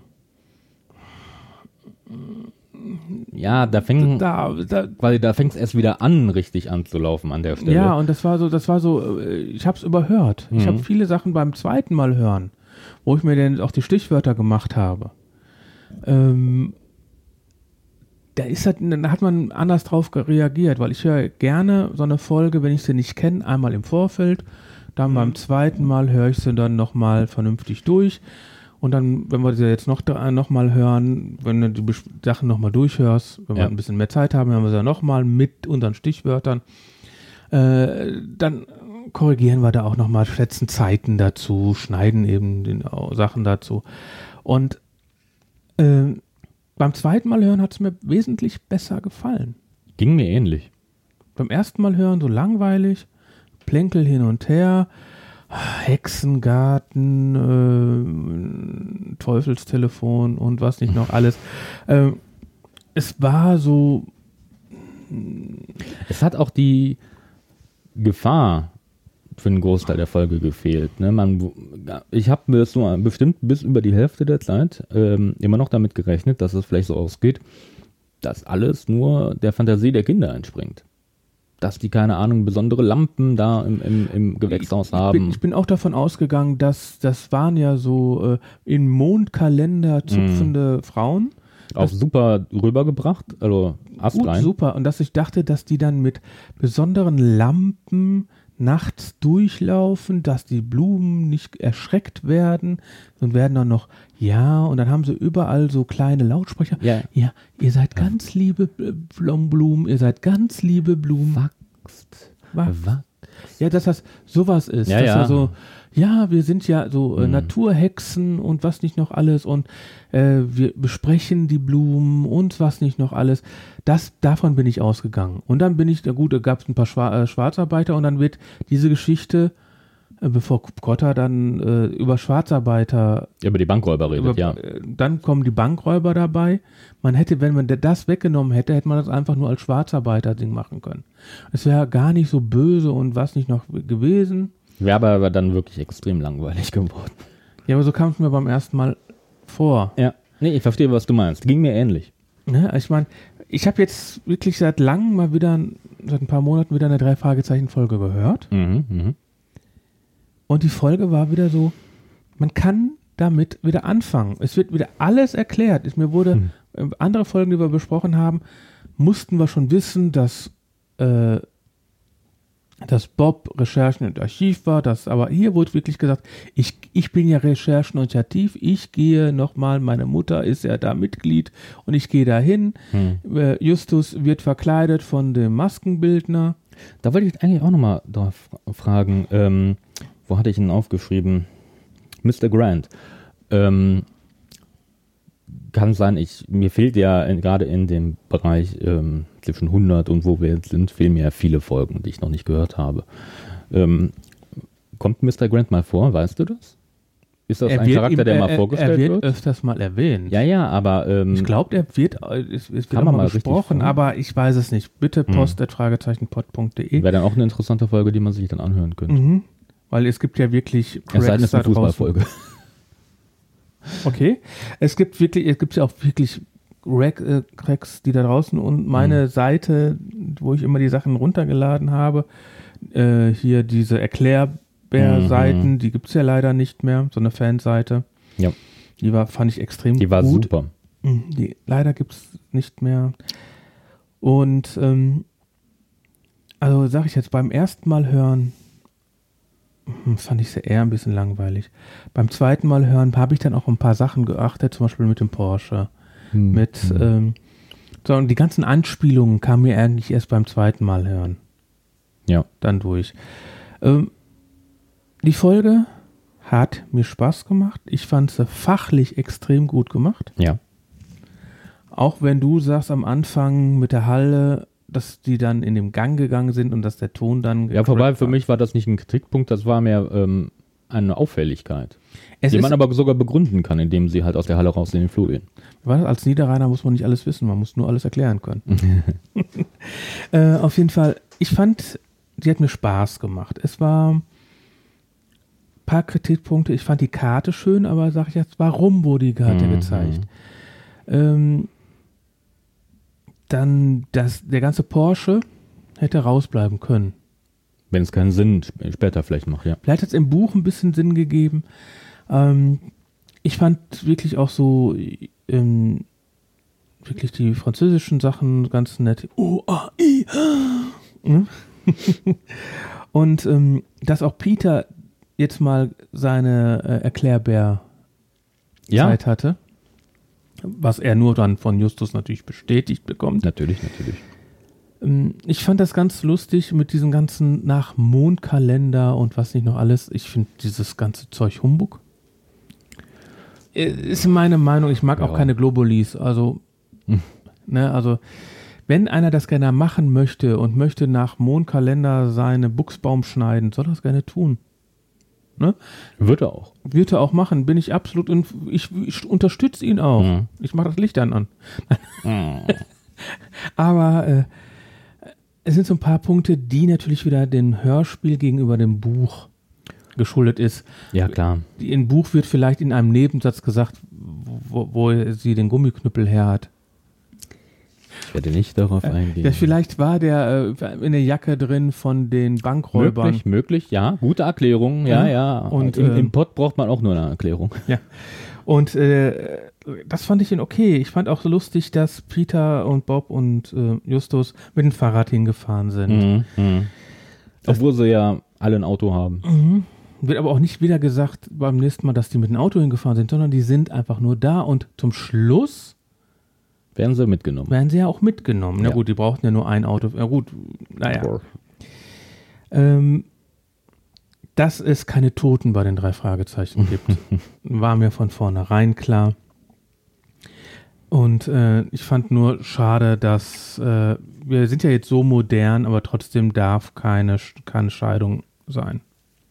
F: Ja, da fängt es erst wieder an, richtig anzulaufen an der Stelle.
E: Ja, und das war so, ich hab's überhört. Ich habe viele Sachen beim zweiten Mal hören, wo ich mir dann auch die Stichwörter gemacht habe. da hat man anders drauf reagiert, weil ich höre gerne so eine Folge, wenn ich sie nicht kenne, einmal im Vorfeld, dann beim zweiten Mal höre ich sie dann nochmal vernünftig durch und dann, wenn wir sie jetzt noch mal hören, wenn du die Sachen nochmal durchhörst, wenn wir ein bisschen mehr Zeit haben, hören wir sie nochmal mit unseren Stichwörtern, dann korrigieren wir da auch nochmal, schätzen Zeiten dazu, schneiden eben die Sachen dazu und beim zweiten Mal hören hat es mir wesentlich besser gefallen.
F: Ging mir ähnlich.
E: Beim ersten Mal hören so langweilig, Plänkel hin und her, Hexengarten, Teufelstelefon und was nicht noch alles. Es war so...
F: Es hat auch die Gefahr für einen Großteil der Folge gefehlt. Ne? Ich habe mir so bestimmt bis über die Hälfte der Zeit immer noch damit gerechnet, dass es vielleicht so ausgeht, dass alles nur der Fantasie der Kinder entspringt. Dass die, keine Ahnung, besondere Lampen da im Gewächshaus haben.
E: Ich bin auch davon ausgegangen, dass das waren ja so in Mondkalender zupfende Frauen.
F: Auch super rübergebracht, also astrein.
E: Super. Und dass ich dachte, dass die dann mit besonderen Lampen nachts durchlaufen, dass die Blumen nicht erschreckt werden und werden dann noch, und dann haben sie überall so kleine Lautsprecher. Ja, ihr seid ganz liebe Blumen, ihr seid ganz liebe Blumen. Wachst. Ja, dass das sowas ist. So, wir sind ja so Naturhexen und was nicht noch alles und wir besprechen die Blumen und was nicht noch alles. Davon bin ich ausgegangen. Und dann bin ich, da gab es ein paar Schwarzarbeiter und dann wird diese Geschichte, bevor Kotter dann über Schwarzarbeiter...
F: Über die Bankräuber redet,
E: Dann kommen die Bankräuber dabei. Man hätte, wenn man das weggenommen hätte, hätte man das einfach nur als Schwarzarbeiter-Ding machen können. Es wäre gar nicht so böse und was nicht noch gewesen.
F: Wäre aber dann wirklich extrem langweilig geworden.
E: Ja, aber so kam es mir beim ersten Mal vor.
F: Ja, nee, ich verstehe, was du meinst. Ging mir ähnlich.
E: Ja, ich meine, ich habe jetzt wirklich seit langem mal wieder, seit ein paar Monaten wieder eine 3-Fragezeichen-Folge gehört. Und die Folge war wieder so, man kann damit wieder anfangen. Es wird wieder alles erklärt. Mir wurde, andere Folgen, die wir besprochen haben, mussten wir schon wissen, dass Bob Recherchen und Archiv war, aber hier wurde wirklich gesagt, ich bin ja Recherchen und Archiv, ich gehe nochmal, meine Mutter ist ja da Mitglied und ich gehe da hin. Justus wird verkleidet von dem Maskenbildner.
F: Da wollte ich eigentlich auch nochmal drauf fragen, wo hatte ich ihn aufgeschrieben? Mr. Grant. Kann sein, mir fehlt ja gerade in dem Bereich zwischen 100 und wo wir jetzt sind, fehlen mir ja viele Folgen, die ich noch nicht gehört habe. Kommt Mr. Grant mal vor, weißt du das? Ist das ein Charakter, der mal vorgestellt wird?
E: Er wird öfters mal erwähnt.
F: Ja, aber...
E: ich glaube, es wird auch mal besprochen, aber ich weiß es nicht. Bitte post@fragezeichenpod.de.
F: Wäre dann auch eine interessante Folge, die man sich dann anhören könnte.
E: Weil es gibt ja wirklich
F: Cracks da draußen. Fußballfolge.
E: Okay. Es gibt ja auch wirklich Cracks, die da draußen und meine Seite, wo ich immer die Sachen runtergeladen habe, hier diese Erklärbär-Seiten, die gibt es ja leider nicht mehr, so eine Fanseite.
F: Ja.
E: Die fand ich extrem gut.
F: Die war super.
E: Die leider gibt es nicht mehr. Und also sage ich jetzt, beim ersten Mal hören fand ich sie eher ein bisschen langweilig. Beim zweiten Mal hören habe ich dann auch ein paar Sachen geachtet, zum Beispiel mit dem Porsche. Und die ganzen Anspielungen kamen mir eigentlich erst beim zweiten Mal hören.
F: Ja.
E: Dann durch. Die Folge hat mir Spaß gemacht. Ich fand sie fachlich extrem gut gemacht.
F: Ja.
E: Auch wenn du sagst am Anfang mit der Halle, dass die dann in den Gang gegangen sind und dass der Ton dann...
F: Ja, vorbei, für mich war das nicht ein Kritikpunkt, das war mehr eine Auffälligkeit, die man aber sogar begründen kann, indem sie halt aus der Halle raus in den Flur gehen.
E: Als Niederrheiner muss man nicht alles wissen, man muss nur alles erklären können. Auf jeden Fall, ich fand, sie hat mir Spaß gemacht. Es war ein paar Kritikpunkte, ich fand die Karte schön, aber sag ich jetzt, warum wurde die Karte gezeigt? Dann der ganze Porsche hätte rausbleiben können.
F: Wenn es keinen Sinn später vielleicht macht, ja.
E: Vielleicht hat es im Buch ein bisschen Sinn gegeben. Ich fand wirklich auch so wirklich die französischen Sachen ganz nett. O-A-I. Und dass auch Peter jetzt mal seine Erklärbär-Zeit hatte, was er nur dann von Justus natürlich bestätigt bekommt.
F: Natürlich.
E: Ich fand das ganz lustig mit diesem ganzen nach Mondkalender und was nicht noch alles. Ich finde dieses ganze Zeug Humbug. Ist meine Meinung, ich mag auch keine Globulis. Also, also wenn einer das gerne machen möchte und möchte nach Mondkalender seine Buchsbaum schneiden, soll er das gerne tun. Ne?
F: Wird er auch.
E: Wird er auch machen, bin ich absolut, und ich unterstütze ihn auch. Mhm. Ich mache das Licht dann an. Aber es sind so ein paar Punkte, die natürlich wieder dem Hörspiel gegenüber dem Buch geschuldet ist.
F: Ja, klar.
E: Im Buch wird vielleicht in einem Nebensatz gesagt, wo sie den Gummiknüppel her hat.
F: Ich werde nicht darauf eingehen.
E: Ja, vielleicht war der in der Jacke drin von den Bankräubern.
F: Möglich, ja. Gute Erklärung, ja. Und im Pod braucht man auch nur eine Erklärung.
E: Ja. Und das fand ich okay. Ich fand auch so lustig, dass Peter und Bob und Justus mit dem Fahrrad hingefahren sind.
F: Obwohl sie ja alle ein Auto haben.
E: Wird aber auch nicht wieder gesagt beim nächsten Mal, dass die mit dem Auto hingefahren sind, sondern die sind einfach nur da und zum Schluss
F: werden sie mitgenommen.
E: Werden sie ja auch mitgenommen. Na gut, die brauchten ja nur ein Auto. Na gut, naja. Dass es keine Toten bei den 3 Fragezeichen gibt, war mir von vornherein klar. Und ich fand nur schade, dass wir sind ja jetzt so modern, aber trotzdem darf keine Scheidung sein.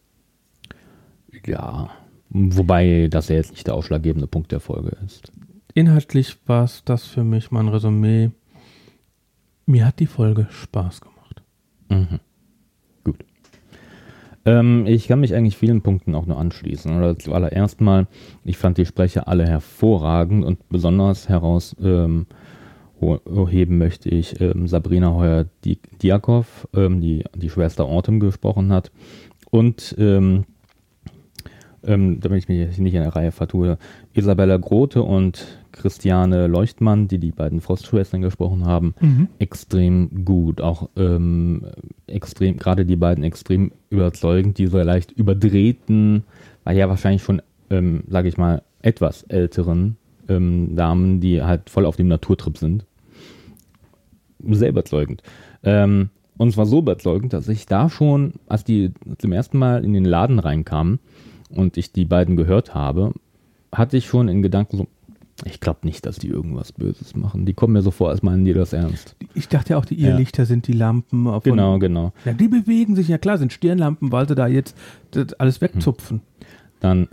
F: Ja, wobei das ja jetzt nicht der ausschlaggebende Punkt der Folge ist.
E: Inhaltlich war es das für mich mein Resümee. Mir hat die Folge Spaß gemacht.
F: Gut. Ich kann mich eigentlich vielen Punkten auch nur anschließen. Oder zuallererst mal, ich fand die Sprecher alle hervorragend und besonders herausheben möchte ich Sabrina Heuer-Diakow, die Schwester Autumn gesprochen hat, und damit ich mich nicht in der Reihe vertue, Isabella Grote und Christiane Leuchtmann, die beiden Frostschwestern gesprochen haben, extrem gut. Auch gerade die beiden extrem überzeugend, diese leicht überdrehten, weil ja wahrscheinlich schon, sage ich mal, etwas älteren Damen, die halt voll auf dem Naturtrip sind. Sehr überzeugend. Und zwar so überzeugend, dass ich da schon, als die zum ersten Mal in den Laden reinkamen, und ich die beiden gehört habe, hatte ich schon in Gedanken so, ich glaube nicht, dass die irgendwas Böses machen. Die kommen mir so vor, als meinen die das ernst.
E: Ich dachte ja auch, die Irrlichter sind die Lampen.
F: Genau.
E: Ja, die bewegen sich, ja klar, sind Stirnlampen, weil sie da jetzt das alles wegzupfen.
F: Dann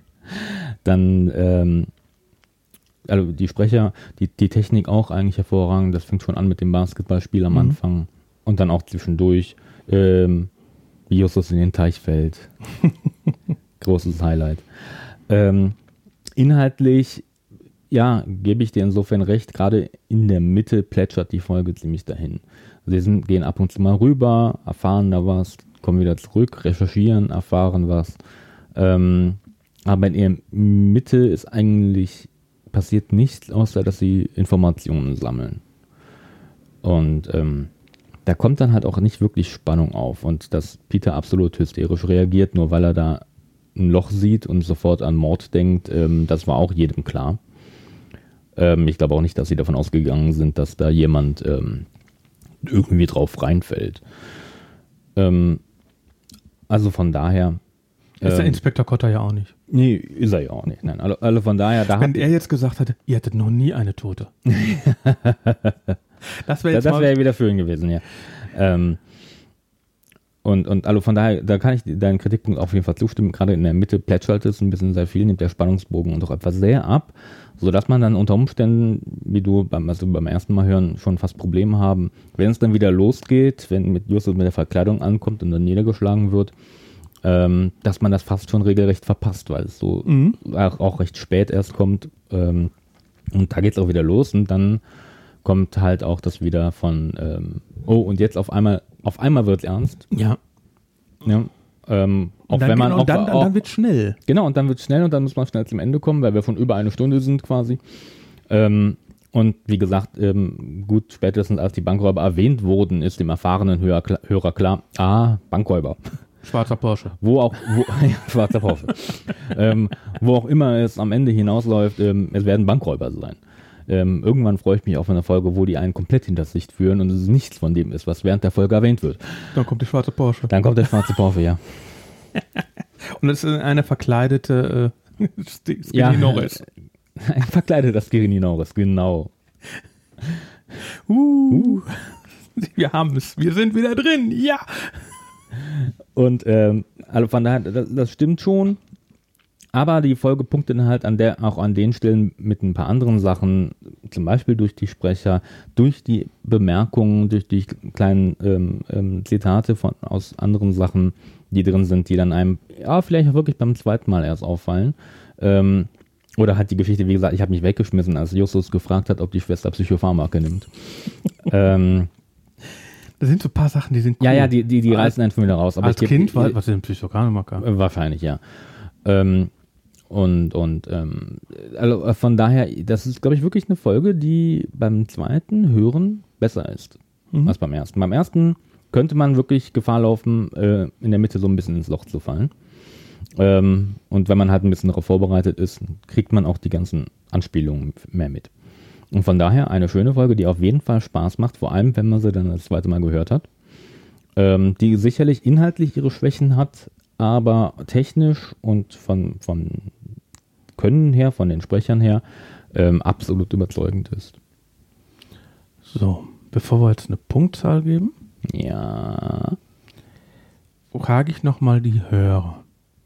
F: also die Sprecher, die Technik auch eigentlich hervorragend. Das fängt schon an mit dem Basketballspiel am Anfang und dann auch zwischendurch, wie Justus in den Teich fällt. Großes Highlight. Inhaltlich, ja, gebe ich dir insofern recht, gerade in der Mitte plätschert die Folge ziemlich dahin. Sie gehen ab und zu mal rüber, erfahren da was, kommen wieder zurück, recherchieren, erfahren was. Aber in ihrer Mitte ist eigentlich passiert nichts, außer dass sie Informationen sammeln. Und da kommt dann halt auch nicht wirklich Spannung auf. Und dass Peter absolut hysterisch reagiert, nur weil er da ein Loch sieht und sofort an Mord denkt, das war auch jedem klar. Ich glaube auch nicht, dass sie davon ausgegangen sind, dass da jemand irgendwie drauf reinfällt. Also von daher...
E: Ist der Inspektor Kotter ja auch nicht.
F: Nee, ist er ja auch nicht. Nein, also von daher...
E: Wenn er jetzt gesagt hätte, ihr hattet noch nie eine Tote.
F: Das wäre wieder schön gewesen, ja. Und also von daher, da kann ich deinen Kritikpunkt auf jeden Fall zustimmen. Gerade in der Mitte plätschert es ein bisschen sehr viel, nimmt der Spannungsbogen und auch etwas sehr ab, sodass man dann unter Umständen, wie du beim ersten Mal hören, schon fast Probleme haben. Wenn es dann wieder losgeht, wenn Justus mit der Verkleidung ankommt und dann niedergeschlagen wird, dass man das fast schon regelrecht verpasst, weil es so auch recht spät erst kommt. Und da geht es auch wieder los und dann kommt halt auch das wieder von und jetzt auf einmal wird es ernst.
E: Ja.
F: Dann
E: wird es schnell.
F: Genau, und dann wird es schnell und dann muss man schnell zum Ende kommen, weil wir von über eine Stunde sind quasi. Und wie gesagt, gut, spätestens als die Bankräuber erwähnt wurden, ist dem erfahrenen Hörer klar, Bankräuber.
E: Schwarzer Porsche.
F: Schwarzer Porsche. Wo auch immer es am Ende hinausläuft, es werden Bankräuber sein. Irgendwann freue ich mich auf eine Folge, wo die einen komplett hinters Licht führen und es nichts von dem ist, was während der Folge erwähnt wird.
E: Dann kommt die schwarze Porsche.
F: Dann kommt der schwarze Porsche, ja.
E: Und das ist eine verkleidete Skinny Norris.
F: Ein verkleideter Skinny Norris, genau.
E: Wir haben es. Wir sind wieder drin, ja.
F: Und also von daher, das stimmt schon. Aber die Folge punktet halt auch an den Stellen mit ein paar anderen Sachen, zum Beispiel durch die Sprecher, durch die Bemerkungen, durch die kleinen Zitate aus anderen Sachen, die drin sind, die dann einem vielleicht auch wirklich beim zweiten Mal erst auffallen. Oder halt die Geschichte, wie gesagt, ich habe mich weggeschmissen, als Justus gefragt hat, ob die Schwester Psychopharmaka nimmt.
E: Das sind so ein paar Sachen, die sind
F: cool. Ja, die reißen einen schon wieder raus. Aber
E: als Kind, was sind Psychopharmaka?
F: Wahrscheinlich, ja. Also von daher, das ist, glaube ich, wirklich eine Folge, die beim zweiten Hören besser ist als beim ersten. Beim ersten könnte man wirklich Gefahr laufen, in der Mitte so ein bisschen ins Loch zu fallen. Und wenn man halt ein bisschen darauf vorbereitet ist, kriegt man auch die ganzen Anspielungen mehr mit. Und von daher eine schöne Folge, die auf jeden Fall Spaß macht, vor allem wenn man sie dann das zweite Mal gehört hat. Die sicherlich inhaltlich ihre Schwächen hat, aber technisch und von Können her, von den Sprechern her, absolut überzeugend ist.
E: So, bevor wir jetzt eine Punktzahl geben, frage ich nochmal die Hörer.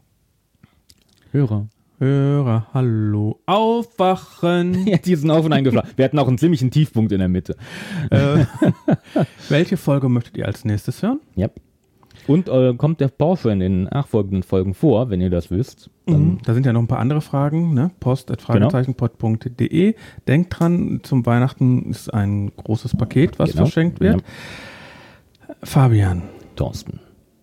E: Hörer, hallo, aufwachen.
F: Ja, die sind auf und eingeschlafen. Wir hatten auch einen ziemlichen Tiefpunkt in der Mitte.
E: Welche Folge möchtet ihr als nächstes hören?
F: Ja. Und kommt der Porsche in den nachfolgenden Folgen vor, wenn ihr das wisst? Dann
E: da sind ja noch ein paar andere Fragen, ne? post@fragezeichenpod.de. Denkt dran, zum Weihnachten ist ein großes Paket, was verschenkt wird. Ja. Fabian.
F: Thorsten.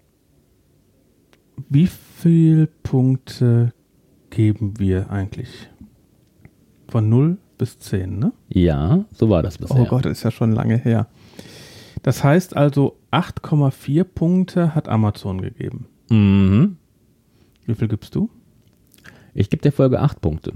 E: Wie viele Punkte geben wir eigentlich? Von 0 bis 10, ne?
F: Ja, so war das bisher.
E: Oh Gott, das ist ja schon lange her. Das heißt also, 8,4 Punkte hat Amazon gegeben.
F: Mhm.
E: Wie viel gibst du?
F: Ich gebe der Folge 8 Punkte.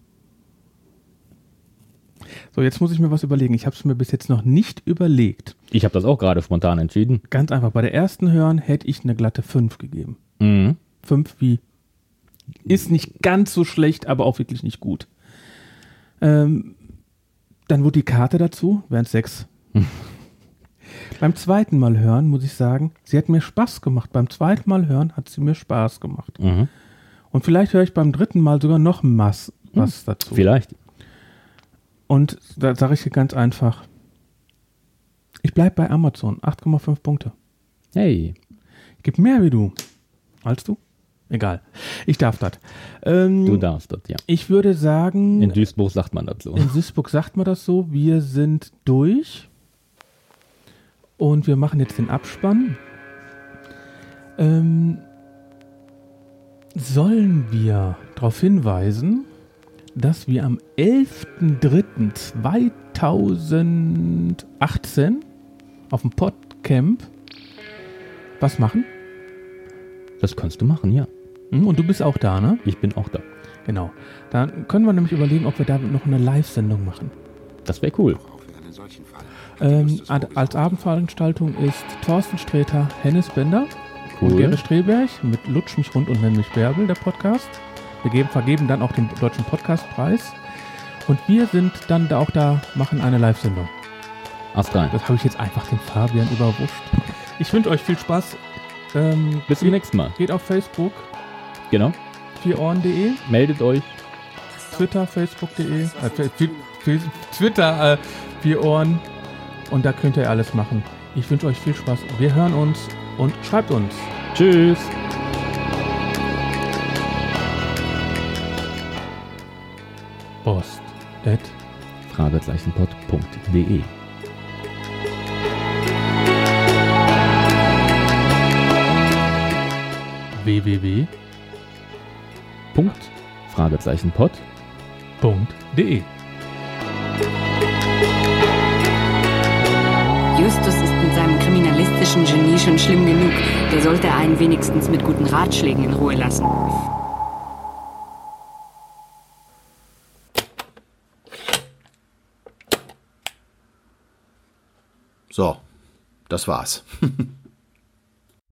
E: So, jetzt muss ich mir was überlegen. Ich habe es mir bis jetzt noch nicht überlegt.
F: Ich habe das auch gerade spontan entschieden.
E: Ganz einfach. Bei der ersten Hören hätte ich eine glatte 5 gegeben. 5 wie? Ist nicht ganz so schlecht, aber auch wirklich nicht gut. Dann wurde die Karte dazu, wären es 6. Beim zweiten Mal hören, muss ich sagen, sie hat mir Spaß gemacht. Beim zweiten Mal hören hat sie mir Spaß gemacht. Und vielleicht höre ich beim dritten Mal sogar noch was dazu.
F: Vielleicht.
E: Und da sage ich dir ganz einfach, ich bleibe bei Amazon, 8,5 Punkte.
F: Hey.
E: Ich gebe mehr wie du. Als du? Egal. Ich darf das.
F: Du darfst das, ja.
E: Ich würde sagen...
F: In Duisburg sagt man das so.
E: In Duisburg sagt man das so. Wir sind durch. Und wir machen jetzt den Abspann. Sollen wir darauf hinweisen, dass wir am 11.03.2018 auf dem Podcamp was machen?
F: Das kannst du machen, ja.
E: Und du bist auch da, ne?
F: Ich bin auch da.
E: Genau. Dann können wir nämlich überlegen, ob wir da noch eine Live-Sendung machen.
F: Das wäre cool.
E: Als Abendveranstaltung ist Thorsten Sträter, Hennes Bender und Gerrit Streberg mit Lutsch mich rund und nenn mich Bärbel, der Podcast. Wir vergeben dann auch den Deutschen Podcastpreis. Und wir sind dann auch da, machen eine Live-Sendung.
F: Astrein.
E: Das habe ich jetzt einfach den Fabian überwuscht. Ich wünsche euch viel Spaß.
F: Bis zum nächsten Mal.
E: Geht auf Facebook.
F: Genau.
E: 4ohren.de.
F: Meldet euch.
E: Twitter, facebook.de. Twitter, 4 Ohren. Und da könnt ihr alles machen. Ich wünsche euch viel Spaß. Wir hören uns und schreibt uns.
F: Tschüss.
E: Post@fragezeichenpod.de
F: www.fragezeichenpod.de
D: Justus ist mit seinem kriminalistischen Genie schon schlimm genug. Der sollte einen wenigstens mit guten Ratschlägen in Ruhe lassen.
N: So, das war's.